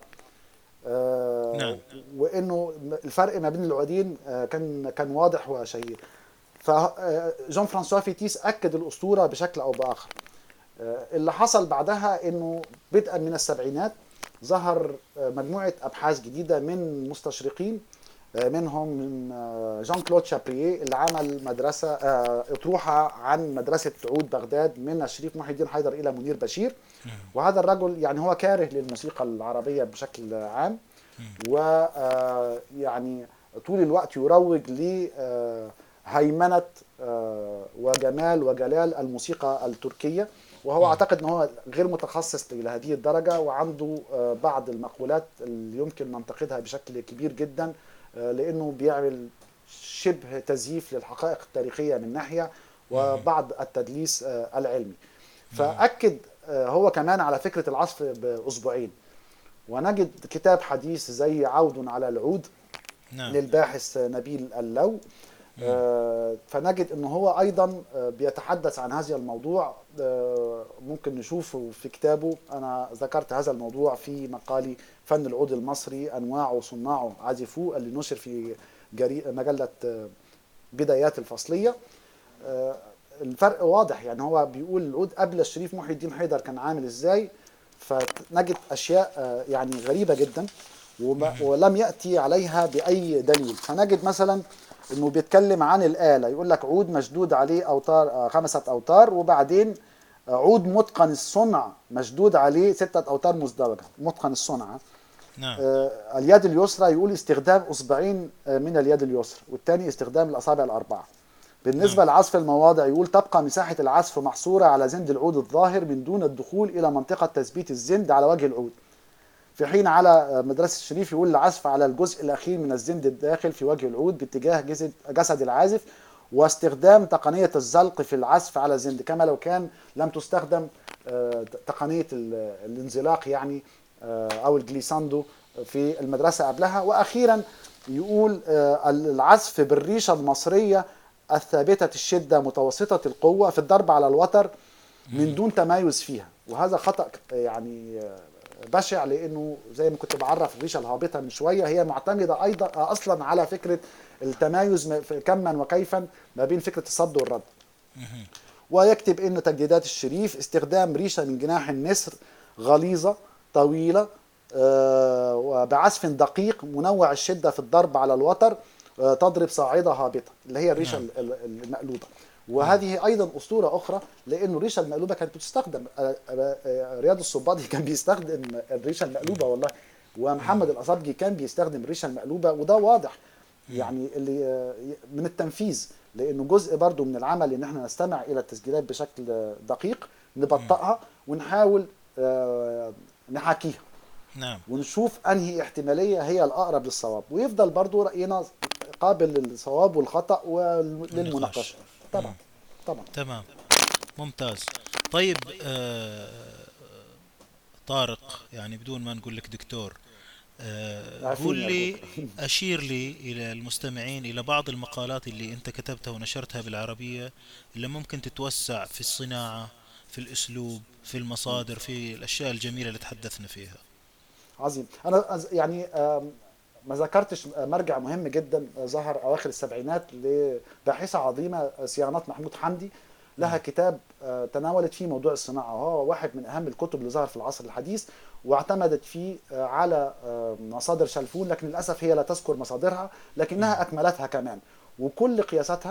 آه، نعم. وانه الفرق ما بين العودين آه، كان كان واضح وشهير. فجون فرانسوا فيتيس اكد الاسطوره بشكل او باخر. آه، اللي حصل بعدها انه بدءا من السبعينات ظهر آه، مجموعه ابحاث جديده من مستشرقين، آه، منهم من آه، جان كلود شابرييه، اللي عمل مدرسه آه، اطروحه عن مدرسه عود بغداد من الشريف محي الدين حيدر الى منير بشير. مم. وهذا الرجل يعني هو كاره للموسيقى العربيه بشكل عام، مم. ويعني طول الوقت يروج لهيمنه وجمال وجلال الموسيقى التركيه. وهو مم. اعتقد ان هو غير متخصص الى هذه الدرجه، وعنده آه، بعض المقولات اللي يمكن ننتقدها بشكل كبير جدا، آه، لانه بيعمل شبه تزييف للحقائق التاريخيه من ناحيه، مم. وبعض التدليس آه، العلمي. مم. فاكد آه، هو كمان على فكره العزف باصبعين. ونجد كتاب حديث زي عود على العود نعم. للباحث نبيل اللو، مم. فنجد أنه هو أيضا بيتحدث عن هذا الموضوع. ممكن نشوفه في كتابه، أنا ذكرت هذا الموضوع في مقالي فن العود المصري أنواعه وصناعه عزفوه، اللي نشر في مجلة بدايات الفصلية. الفرق واضح، يعني هو بيقول العود قبل الشريف محي الدين حيدر كان عامل ازاي، فنجد اشياء يعني غريبة جدا ولم يأتي عليها بأي دليل. فنجد مثلا انه بيتكلم عن الآلة، يقول لك عود مشدود عليه اوتار خمسة اوتار، وبعدين عود متقن الصنع مشدود عليه ستة اوتار مزدوجة، متقن الصنع. نعم. آه اليد اليسرى يقول استخدام اصبعين من اليد اليسرى، والثاني استخدام الاصابع الاربعه. بالنسبة نعم. لعزف المواضع يقول تبقى مساحة العزف محصورة على زند العود الظاهر من دون الدخول إلى منطقة تثبيت الزند على وجه العود، في حين على مدرسة الشريف يقول العزف على الجزء الأخير من الزند الداخل في وجه العود باتجاه جسد, جسد العازف، واستخدام تقنية الزلق في العزف على الزند، كما لو كان لم تستخدم تقنية الانزلاق يعني أو الجليساندو في المدرسة قبلها. وأخيرا يقول العزف بالريشة المصرية الثابتة الشدة متوسطة القوة في الضرب على الوتر من دون تمايز فيها، وهذا خطأ يعني بشع، لأنه زي ما كنت بعرف الريشة الهابطة من شوية هي معتمدة أيضا أصلا على فكرة التمايز كما وكيفا ما بين فكرة الصد والرد. ويكتب إن تجديدات الشريف استخدام ريشة من جناح النسر غليظة طويلة وبعزف دقيق منوع الشدة في الضرب على الوتر تضرب صاعدة هابطة، اللي هي الريشة المقلوبة. وهذه أيضا أسطورة أخرى، لأن الريشة المقلوبة كانت بتستخدم، رياض السنباطي كان بيستخدم الريشة المقلوبة والله، ومحمد الأصابجي كان بيستخدم الريشة المقلوبة، وده واضح يعني اللي من التنفيذ، لأنه جزء برضو من العمل إن احنا نستمع إلى التسجيلات بشكل دقيق، نبطئها ونحاول نحاكيها. نعم. ونشوف أنهي احتمالية هي الأقرب للصواب، ويفضل برضو رأينا قابل للصواب والخطأ وللمناقشة. طبعا. طبعا. تمام. ممتاز. طيب آه طارق، يعني بدون ما نقول لك دكتور، آه قول لي، أشير لي إلى المستمعين إلى بعض المقالات اللي أنت كتبتها ونشرتها بالعربية، اللي ممكن تتوسع في الصناعة، في الأسلوب، في المصادر، في الأشياء الجميلة اللي تحدثنا فيها. عظيم. أنا يعني ما ذكرتش مرجع مهم جدا ظهر أواخر السبعينات لباحثة عظيمة صيانات محمود حمدي، لها كتاب تناولت فيه موضوع الصناعة، وهو واحد من أهم الكتب اللي ظهر في العصر الحديث، واعتمدت فيه على مصادر شلفون، لكن للأسف هي لا تذكر مصادرها، لكنها أكملتها كمان، وكل قياساتها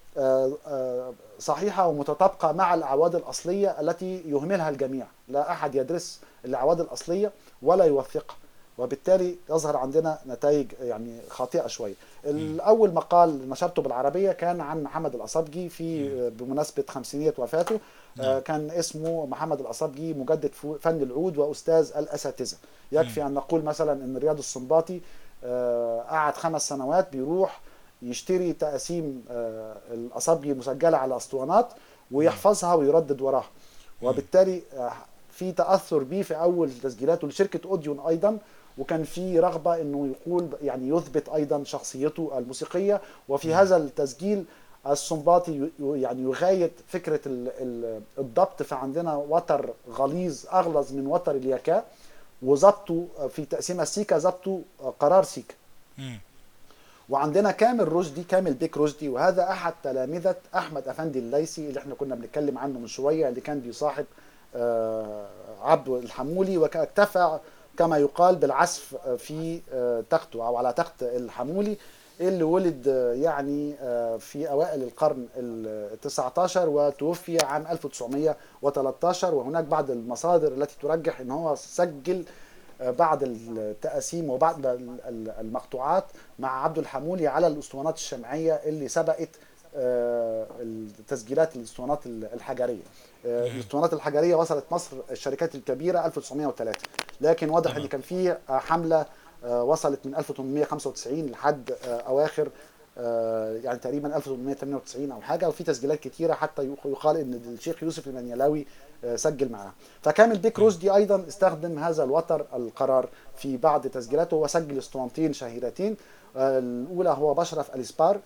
صحيحة ومتطابقة مع الأعواد الأصلية التي يهملها الجميع. لا أحد يدرس الأعواد الأصلية ولا يوثقها، وبالتالي يظهر عندنا نتائج يعني خاطئة شوية. الأول مقال نشرته بالعربية كان عن محمد الأصابجي في بمناسبة خمسينية وفاته، كان اسمه محمد الأصابجي مجدد فن العود وأستاذ الأساتذة. يكفي أن نقول مثلا أن رياض السنباطي قعد خمس سنوات بيروح يشتري تقاسيم الأصابجي مسجلة على أسطوانات ويحفظها ويردد وراها، وبالتالي في تأثر بيه في أول تسجيلاته لشركة أوديون أيضا، وكان في رغبة أنه يقول يعني يثبت أيضا شخصيته الموسيقية. وفي هذا التسجيل السنباطي يعني يغاية فكرة الضبط، فعندنا وتر غليظ أغلظ من وتر الياكا، وضبطه في تقسيمة سيكا ضبطه قرار سيكا. وعندنا كامل رشدي، كامل بيك رشدي، وهذا أحد تلامذة أحمد أفندي الليثي اللي احنا كنا بنتكلم عنه من شوية، اللي كان بيصاحب عبد الحمولي، وكاكتفى كما يقال بالعزف في تخته أو على تخت الحمولي، اللي ولد يعني في أوائل القرن التاسع عشر وتوفي عام ألف وتسعمائة وثلاثة عشر. وهناك بعض المصادر التي ترجح أن هو سجل بعض التقاسيم وبعض المقطوعات مع عبد الحمولي على الأسطوانات الشمعية اللي سبقت التسجيلات الاسطوانات الحجريه. الاسطوانات الحجريه وصلت مصر الشركات الكبيره ألف وتسعمائة وثلاثة، لكن واضح ان كان في حمله وصلت من ألف وثمانمائة وخمسة وتسعين لحد اواخر يعني تقريبا ألف وثمانمائة وثمانية وتسعين او حاجه، وفي تسجيلات كثيره حتى يقال ان الشيخ يوسف المنيلاوي سجل معاه. فكامل بيك رشدي ايضا استخدم هذا الوتر القرار في بعض تسجيلاته، وسجل اسطوانتين شهيرتين. الاولى هو بشرف الاسبار،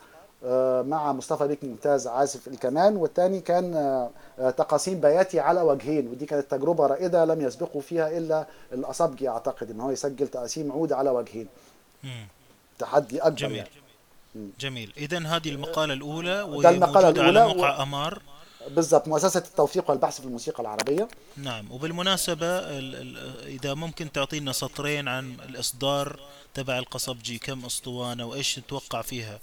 آه، مع مصطفى بيك ممتاز عازف الكمان، والتاني كان آه، آه، تقاسيم بياتي على وجهين، ودي كانت تجربة رائدة لم يسبقوا فيها إلا الأصابجي، أعتقد إن هو يسجل تقاسيم عود على وجهين. مم. تحدي أكبر جميل. يعني. مم. جميل، إذا هذه المقالة الأولى ده وهي المقالة موجودة على الأولى. موقع أمار. وبالضبط مؤسسة التوثيق والبحث في الموسيقى العربية. نعم، وبالمناسبة ال ال إذا ممكن تعطينا سطرين عن الإصدار تبع القصبجي، كم أسطوانة وإيش نتوقع فيها؟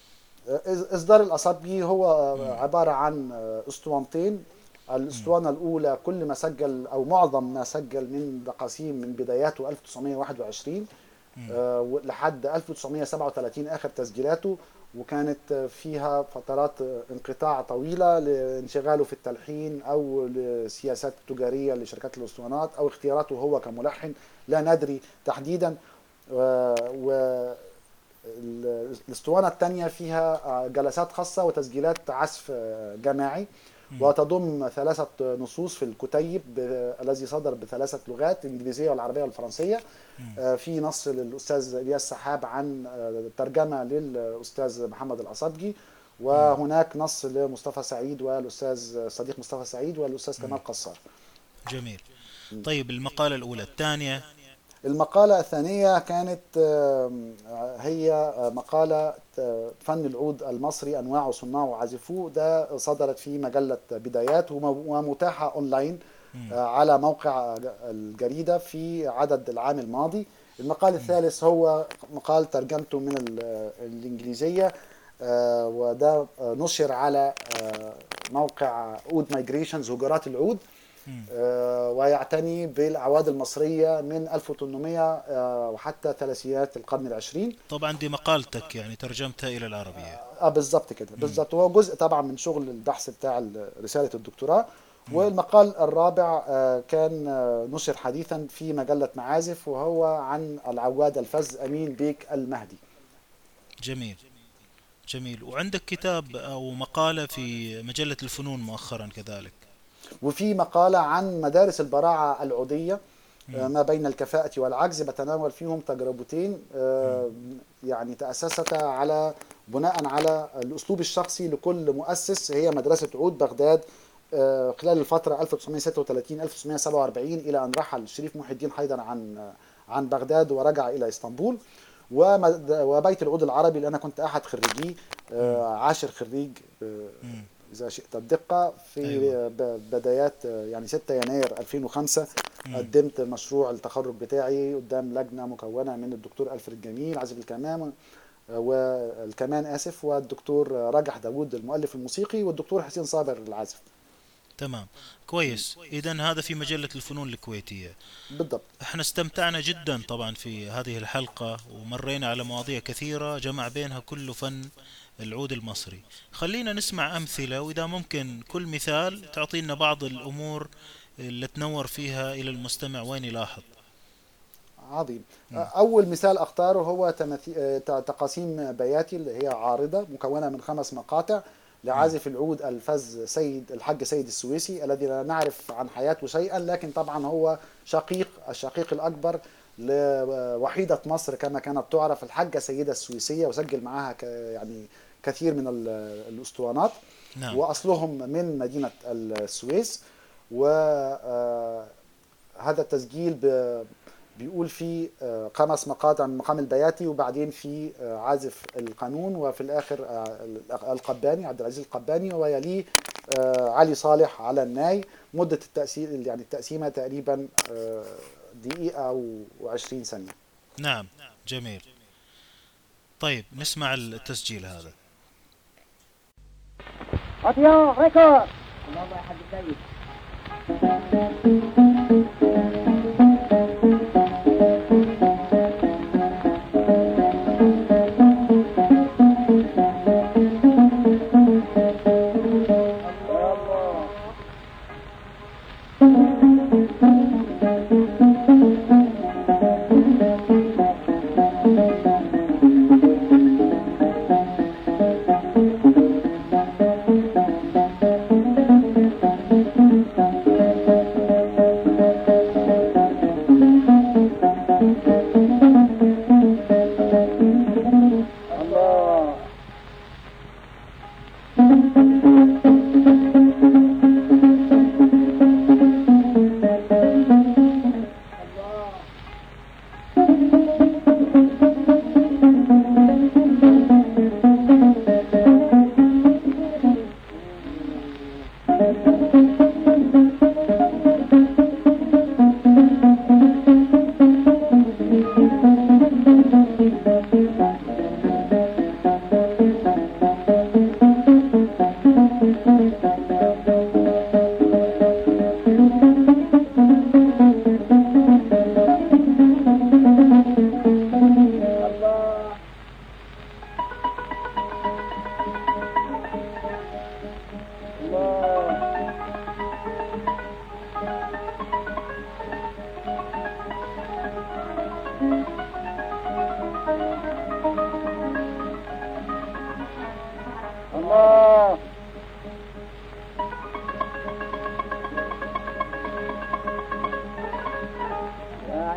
إص- إصدار الأصابجي هو مم. عبارة عن أسطوانتين. مم. الأسطوانة الأولى كل ما سجل أو معظم ما سجل من تقاسيم من بداياته ألف وتسعمائة وواحد وعشرين مم. آه، لحد ألف وتسعمائة وسبعة وثلاثين آخر تسجيلاته، وكانت فيها فترات انقطاع طويلة لانشغاله في التلحين أو لسياسات تجارية لشركات الأسطوانات أو اختياراته هو كملحن، لا ندري تحديدا. و و- ال- الاسطوانة الثانية فيها آه، جلسات خاصة وتسجيلات عزف آه، جماعي، مم. وتضم ثلاثة نصوص في الكتيب ب- الذي صدر بثلاثة لغات، الإنجليزية والعربية والفرنسية. مم. آه، في نص للأستاذ إلياس سحاب عن آه، ترجمة للأستاذ محمد الأصابجي، مم. وهناك نص لمصطفى سعيد والأستاذ صديق مصطفى سعيد والأستاذ مم. كمال قصار. جميل. طيب المقالة الأولى، الثانية. المقالة الثانية كانت آم، هي مقالة آه، فن العود المصري أنواع وصناع وعازفوه، ده صدرت في مجلة بدايات وم- ومتاحة أونلاين مم. آه، على موقع الجريدة في عدد العام الماضي. المقال مم. الثالث هو مقال ترجمته من ال- الإنجليزية، آه، وده آه، نشر على آه، موقع عود مايجريشنز هجرات العود، مم. آه، ويعتني بالأعواد المصرية من ألف وثمانمائة آه، وحتى ثلاثينات القرن العشرين. طبعا دي مقالتك يعني ترجمتها إلى العربية. اه بالظبط كده، مم. بالظبط هو جزء طبعا من شغل البحث بتاع ال- رسالة الدكتوراه. مم. والمقال الرابع آه، كان آه، نشر حديثا في مجلة معازف، وهو عن العواد الفز أمين بيك المهدي. جميل. جميل، وعندك كتاب أو مقالة في مجلة الفنون مؤخرا كذلك. وفي مقالة عن مدارس البراعة العودية، آه، مم. ما بين الكفاءة والعجز، بتناول فيهم تجربتين مم. آه، يعني تأسستا على بناء على الأسلوب الشخصي لكل مؤسس. هي مدرسة عود بغداد آه، خلال الفترة ألف وتسعمائة وستة وثلاثين ألف وتسعمائة وسبعة وأربعين إلى أن رحل الشريف محي الدين حيدر عن عن بغداد ورجع إلى إسطنبول. ومد- وبيت العود العربي اللي أنا كنت أحد خريجيه، مم. آه، عاشر خريج آه، مم. إذا شئت الدقة، في أيوة. ب- بدايات يعني ستة يناير ألفين وخمسة مم. قدمت مشروع التخرج بتاعي قدام لجنة مكونة من الدكتور ألفريد جميل عازف الكمان والكمان آسف، والدكتور رجح داوود المؤلف الموسيقي، والدكتور حسين صابر العازف. تمام. كويس، إذا هذا في مجلة الفنون الكويتية. بالضبط. احنا استمتعنا جدا طبعا في هذه الحلقة، ومرينا على مواضيع كثيرة جمع بينها كل فن العود المصري. خلينا نسمع أمثلة، وإذا ممكن كل مثال تعطينا بعض الأمور اللي تنور فيها إلى المستمع وين يلاحظ. عظيم. مم. أول مثال أختاره هو تمثي- آه، ت- تقاسيم بياتي، اللي هي عارضة مكونة من خمس مقاطع مم. لعازف العود الفز سيد الحاج سيد السويسي، الذي لا نعرف عن حياته شيئا، لكن طبعا هو شقيق الشقيق الأكبر لوحيدة مصر كما كانت تعرف الحاجة سيدة السويسية، وسجل معها ك- يعني كثير من ال- الأسطوانات، نعم. وأصلهم من مدينة السويس. وهذا التسجيل ب- بيقول فيه آه، خمس مقاطع من مقام البياتي، وبعدين في آه، عازف القانون، وفي الاخر آه، القباني عبد العزيز القباني، ويليه آه، علي صالح على الناي. مدة التأسيس يعني التقسيمة تقريبا آه، دقيقة وعشرين ثانية. نعم. جميل. طيب نسمع التسجيل هذا. راديو ريكورد. الله يا حاج سيد.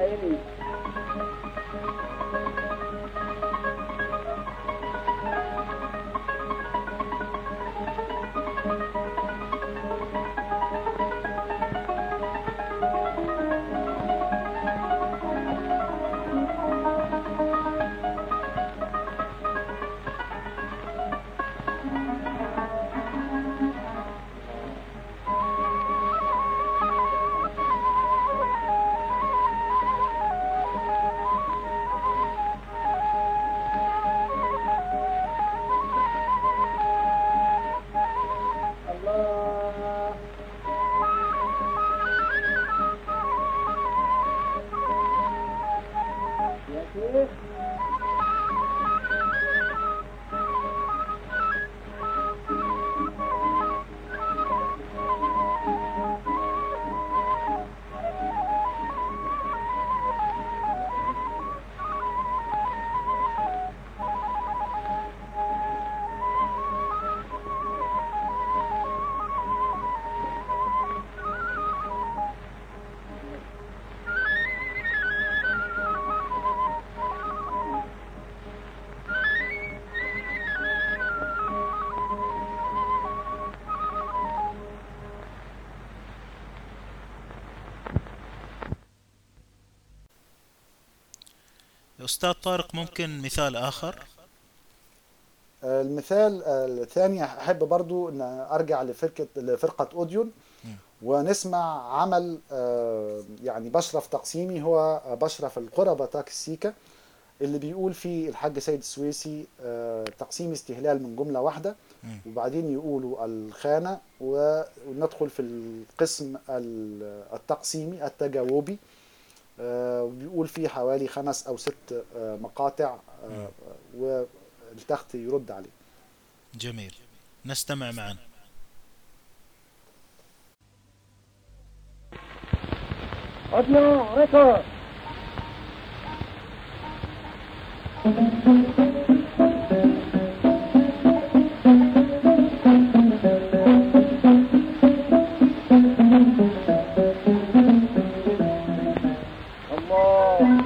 عيني. الله. يا شيخ. أستاذ طارق، ممكن مثال آخر؟ المثال الثاني أحب برضو أن أرجع لفرقة لفرقة أوديون ونسمع عمل آه، يعني بشرف تقسيمي، هو بشرف القرى بتاك السيكا، اللي بيقول فيه الحاج سيد السويسي آه، تقسيم استهلال من جملة واحدة، مم. وبعدين يقولوا الخانة و- وندخل في القسم ال- التقسيمي التجاوبي، آه، وبيقول فيه حوالي خمس أو ست آه، مقاطع، آه، والتخت يرد عليه. جميل، نستمع معا. أوديو ريكورد. الله.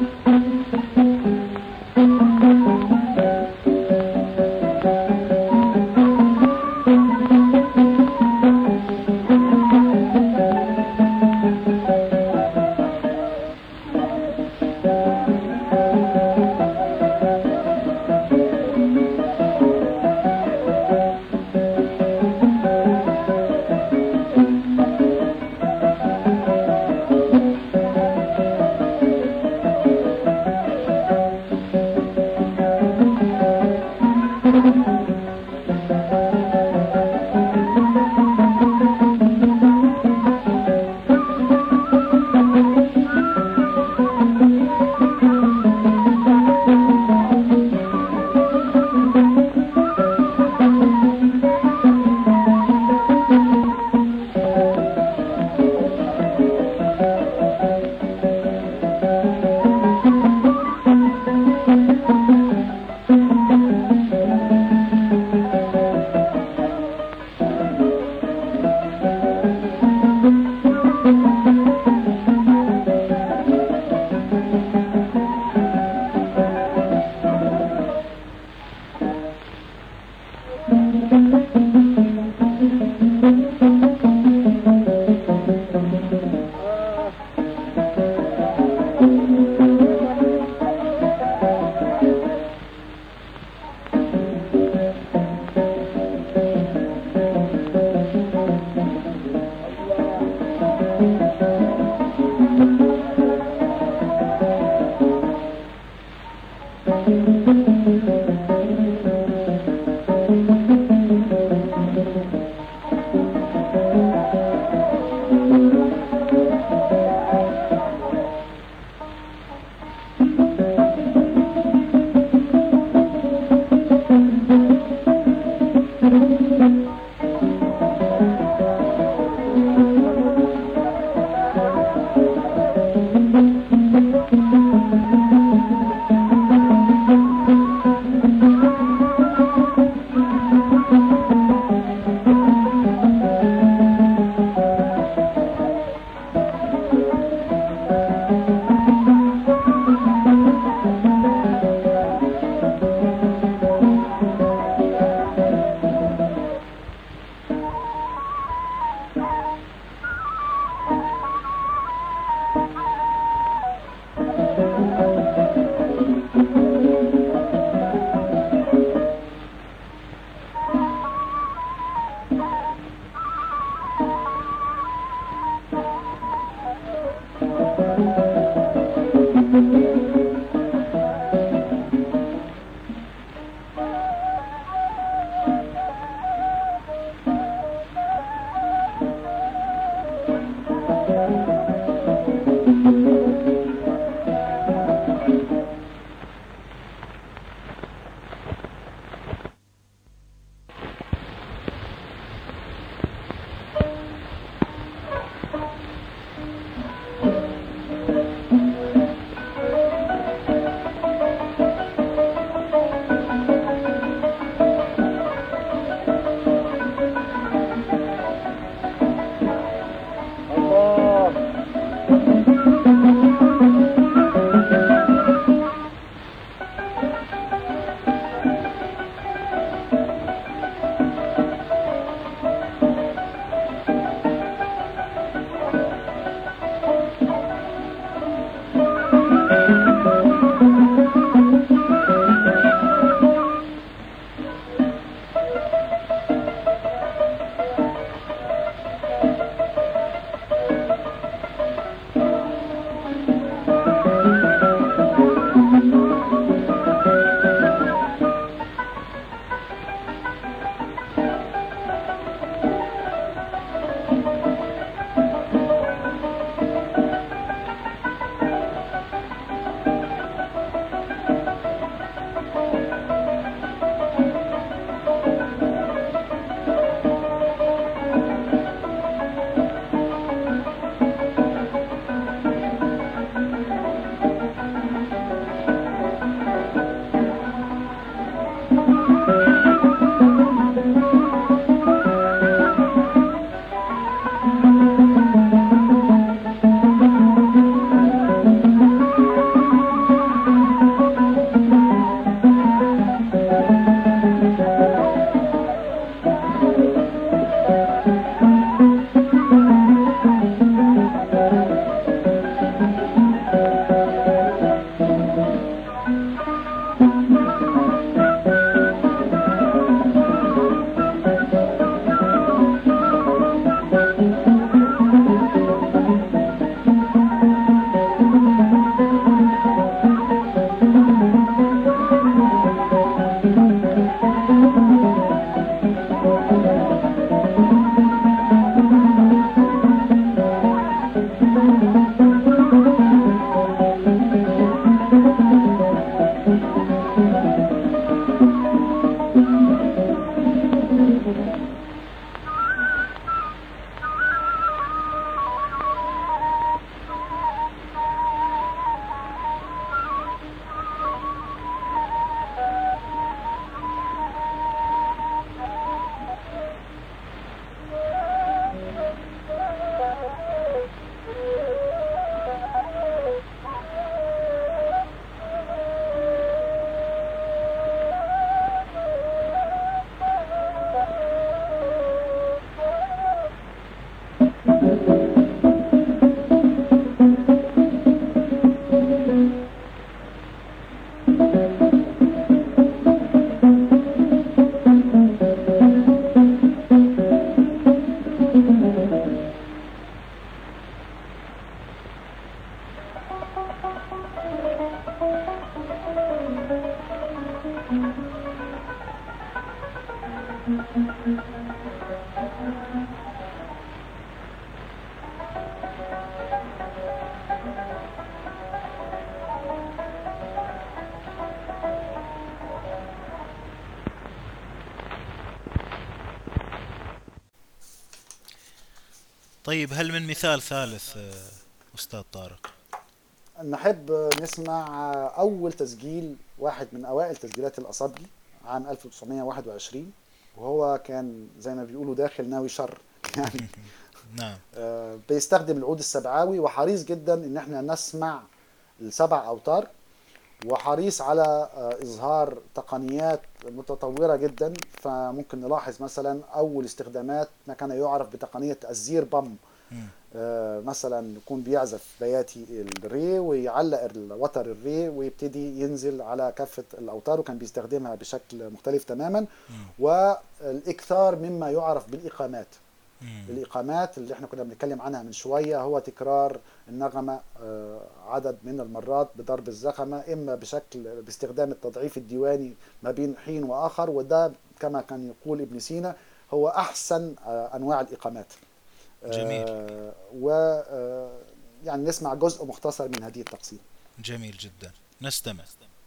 طيب، هل من مثال ثالث آه، أستاذ طارق؟ نحب نسمع أول تسجيل، واحد من أوائل تسجيلات الأصابجي عام ألف وتسعمائة وواحد وعشرين، وهو كان زي ما بيقولوا داخل ناوي شر يعني. نعم. آه، بيستخدم العود السبعاوي، وحريص جدا ان احنا نسمع السبع اوتار، وحريص على آه، اظهار تقنيات متطوره جدا. فممكن نلاحظ مثلا اول استخدامات ما كان يعرف بتقنيه الزير بام. مم. آه، مثلا يكون بيعزف بياتي الري ويعلق الوتر الري ويبتدي ينزل على كافه الاوتار، وكان بيستخدمها بشكل مختلف تماما. مم. والاكثار مما يعرف بالاقامات. مم. الإقامات اللي احنا كنا بنتكلم عنها من شوية هو تكرار النغمة آه، عدد من المرات بضرب الزخمة، إما بشكل باستخدام التضعيف الديواني ما بين حين وآخر، وده كما كان يقول ابن سينا هو أحسن آه، أنواع الإقامات. جميل. آه، و آه، يعني نسمع جزء مختصر من هذه التقسيم. جميل جدا، نستمع.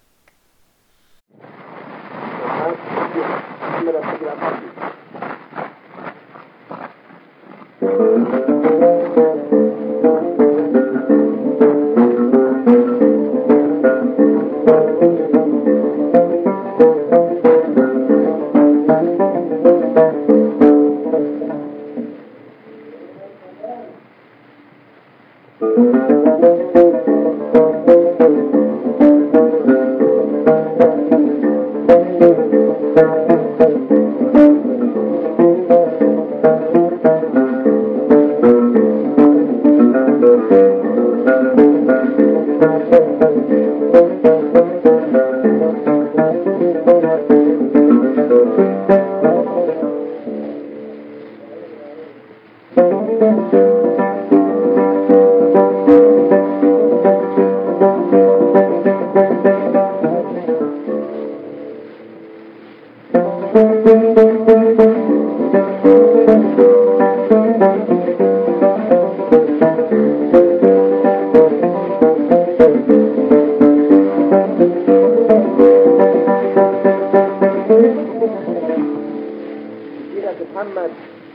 محمد.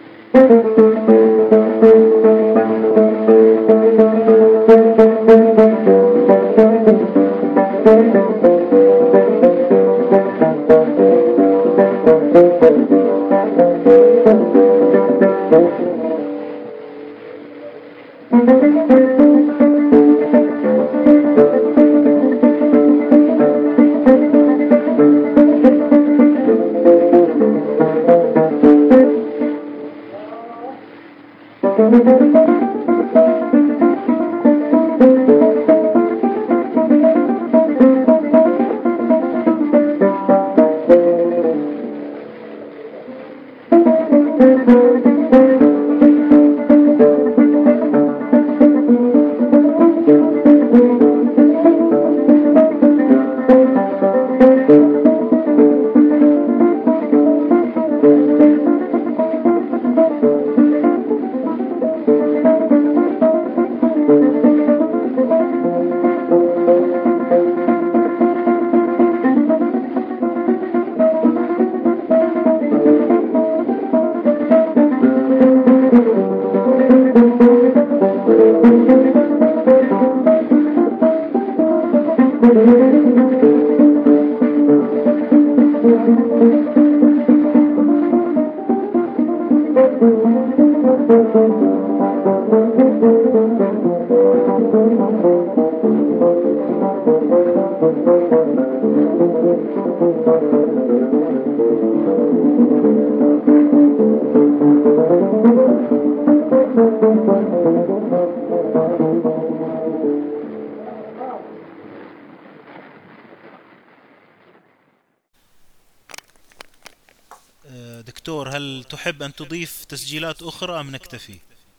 دكتور، هل تحب أن تضيف تسجيلات أخرى أم نكتفي؟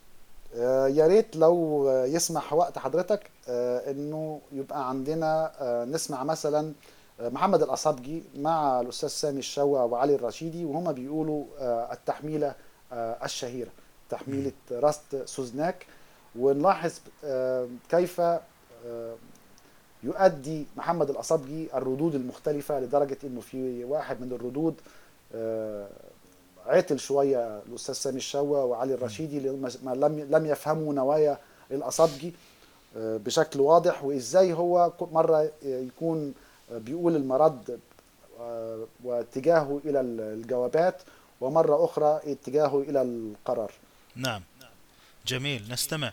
آه، يا ريت لو آه، يسمح وقت حضرتك آه، انه يبقى عندنا آه، نسمع مثلا محمد الأصابجي مع الأستاذ سامي الشوا وعلي الرشيدي، وهم بيقولوا التحميلة الشهيرة تحميلة راست سوزناك. ونلاحظ كيف يؤدي محمد الأصابجي الردود المختلفة، لدرجة انه في واحد من الردود عتل شوية الأستاذ سامي الشوا وعلي الرشيدي لما لم لم يفهموا نوايا الأصابجي بشكل واضح، وإزاي هو مرة يكون بيقول المرد واتجاهه إلى الجوابات، ومرة أخرى اتجاهه إلى القرار. نعم جميل، نستمع.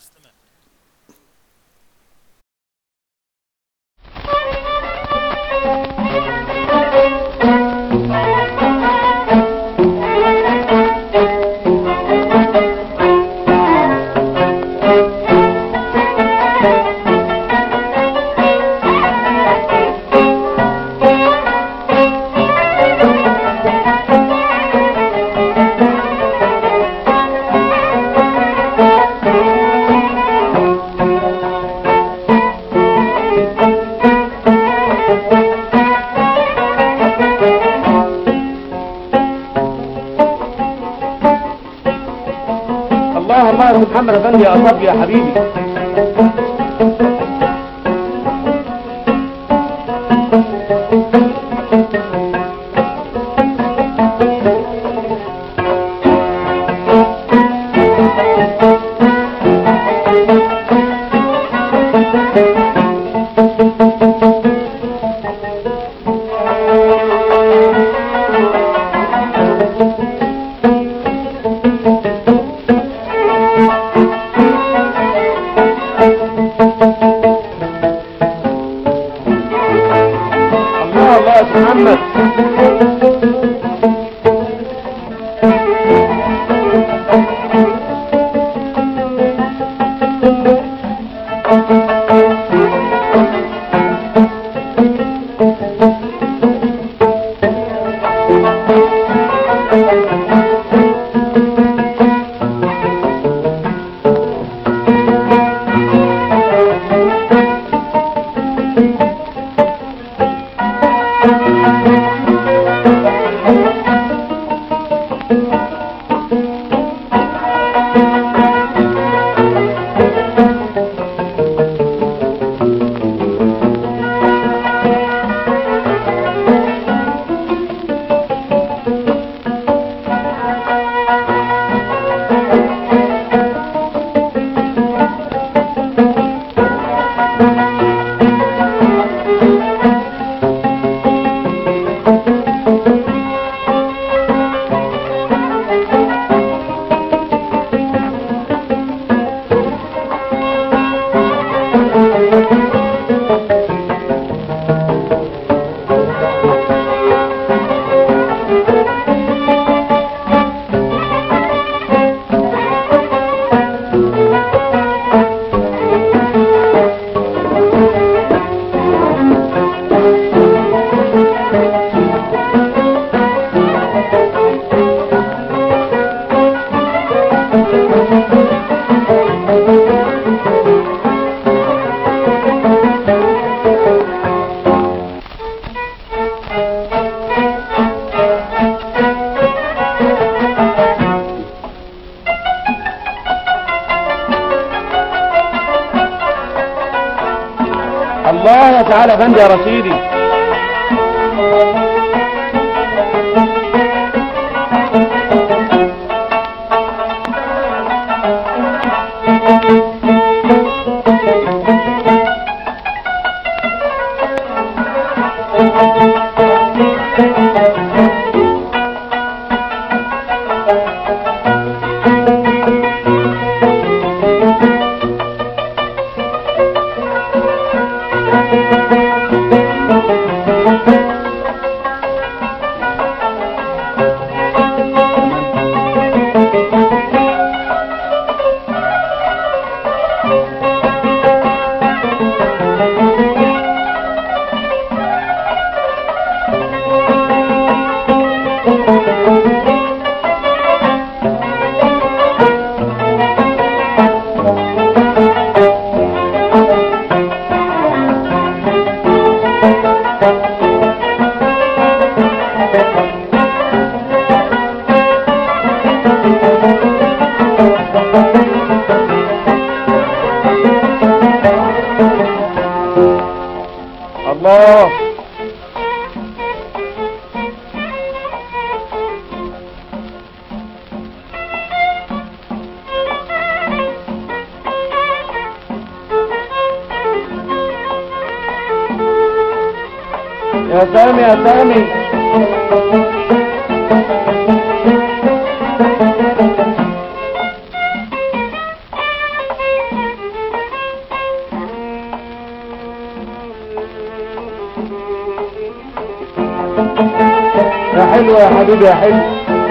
محمد افندي يا أصابجي يا حبيبي. الله تعالى افندي يا رشيدي. الله. يا سامي يا سامي. يا حلو يا حبيبي يا حلو.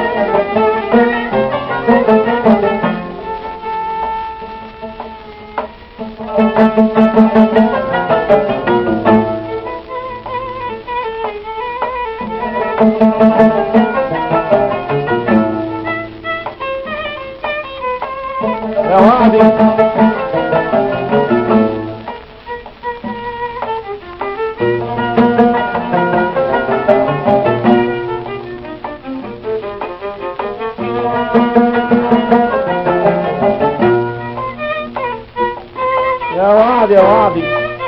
يا وعدي. يا وعدي يا وعدي.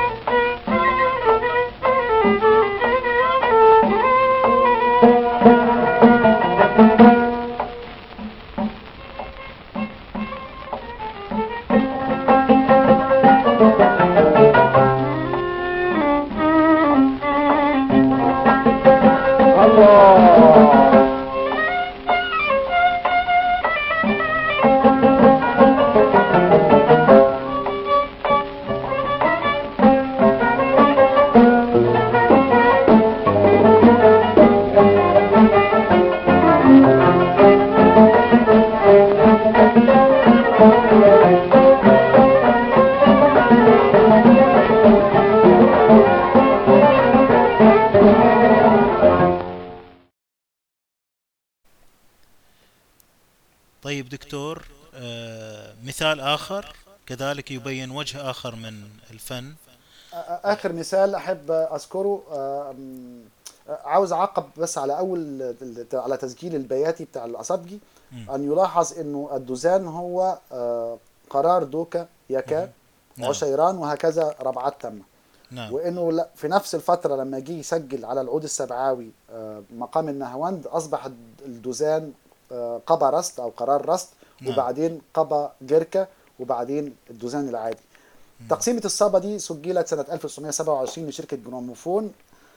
طيب دكتور، آه، مثال آخر كذلك يبين وجه آخر من الفن. اخر مثال احب اذكره، آم، عاوز اعقب بس على اول على تسجيل البياتي بتاع الاصابجي، مم. ان يلاحظ انه الدوزان هو آه، قرار دوكا يكا نعم. عشيران وهكذا ربعات تامة. نعم. وانه لا- في نفس الفتره لما جه يسجل على العود السبعاوي آه، مقام النهاوند، اصبح الدوزان آه، قبا رست او قرار رست، نعم. وبعدين قبا جركا، وبعدين الدوزان العادي. تقسيمة الصابة دي سجلت سنة ألف وتسعمائة وسبعة وعشرين لشركة جراموفون،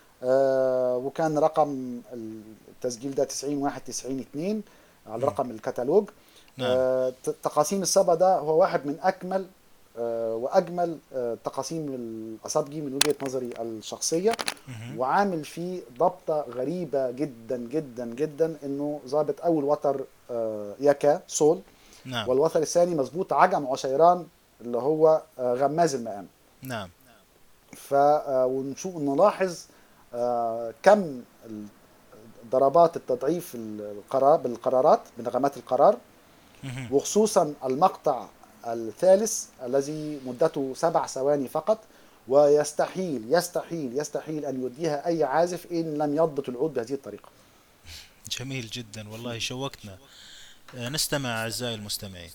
آه وكان رقم التسجيل ده تسعين واحد تسعين اتنين على رقم الكتالوج. نعم. آه ت- تقاسيم الصابة ده هو واحد من أكمل آه وأجمل آه تقاسيم الأصابجي من وجهة نظري الشخصية، مهم. وعامل فيه ضبطة غريبة جدا جدا جدا، إنه ضابط أول وتر آه يكا سول، نعم. والوتر الثاني مظبوط عجم عشيران اللي هو آه، غماز المقام. نعم. ف آه، ونشوف نلاحظ آه، كم ال- ضربات التضعيف القرار بالقرارات بنغمات القرار، مهم. وخصوصا المقطع الثالث الذي مدته سبع ثواني فقط، ويستحيل يستحيل يستحيل أن يؤديها أي عازف إن لم يضبط العود بهذه الطريقة. جميل جدا والله، شوقتنا. آه، نستمع أعزائي المستمعين.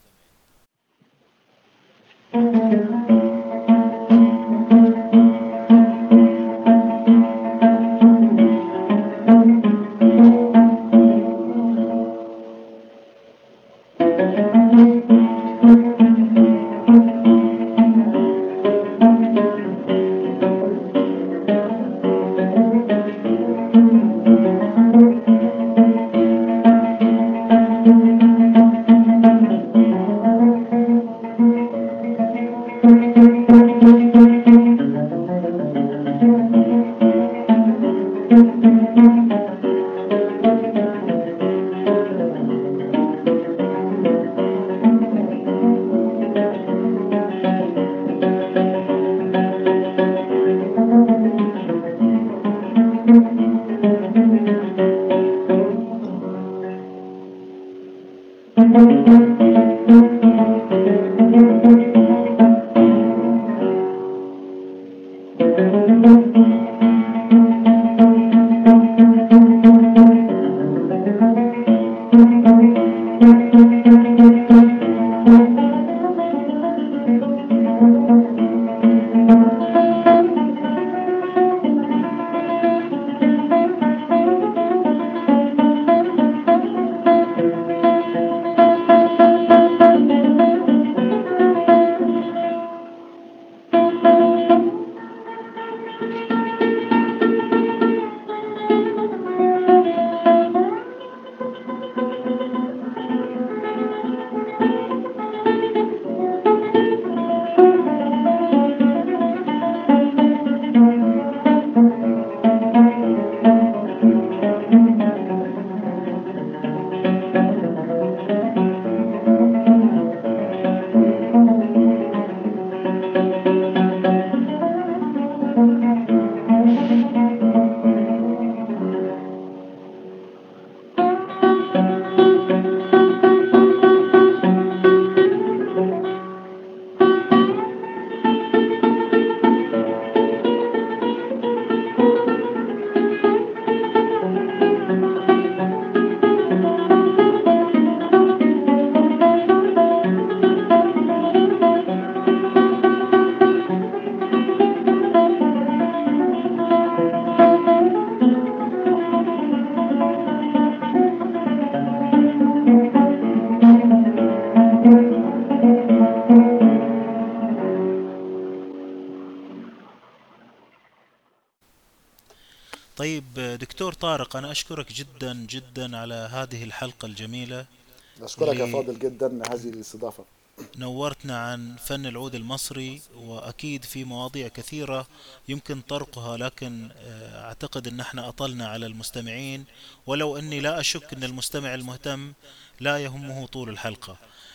طيب دكتور طارق، أنا أشكرك جدا جدا على هذه الحلقة الجميلة أشكرك يا اللي فاضل جدا لهذه الاستضافة. نورتنا عن فن العود المصري، وأكيد في مواضيع كثيرة يمكن طرقها، لكن آه، أعتقد أن احنا أطلنا على المستمعين، ولو أني لا أشك أن المستمع المهتم لا يهمه طول الحلقة.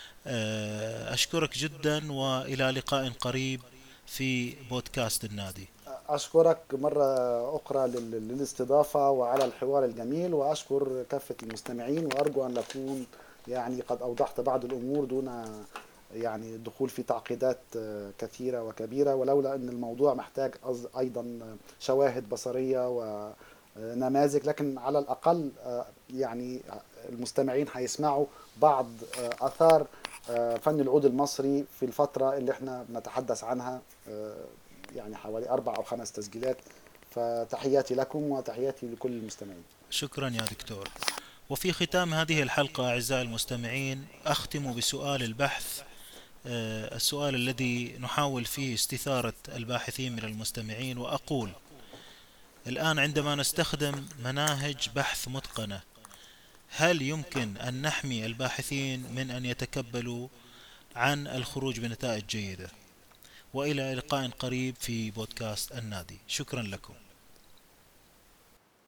آه، أشكرك جدا، وإلى لقاء قريب في بودكاست النادي. أشكرك مرة أخرى لل- للاستضافة وعلى الحوار الجميل، وأشكر كافة المستمعين، وأرجو أن نكون يعني قد أوضحت بعض الأمور دون يعني الدخول في تعقيدات آه، كثيرة وكبيرة، ولولا أن الموضوع محتاج أز- أيضا شواهد بصرية ونماذج، لكن على الأقل آه، يعني المستمعين هيسمعوا بعض آه، آثار آه، فن العود المصري في الفترة اللي احنا بنتحدث عنها، آه، يعني حوالي أربع أو خمس تسجيلات. فتحياتي لكم وتحياتي لكل المستمعين. شكرا يا دكتور. وفي ختام هذه الحلقة أعزائي المستمعين، أختم بسؤال البحث، آه، السؤال الذي نحاول فيه استثارة الباحثين من المستمعين، وأقول: الآن عندما نستخدم مناهج بحث متقنة، هل يمكن أن نحمي الباحثين من أن يتكبلوا عن الخروج بنتائج جيدة؟ وإلى لقاء قريب في بودكاست النادي. شكرا لكم.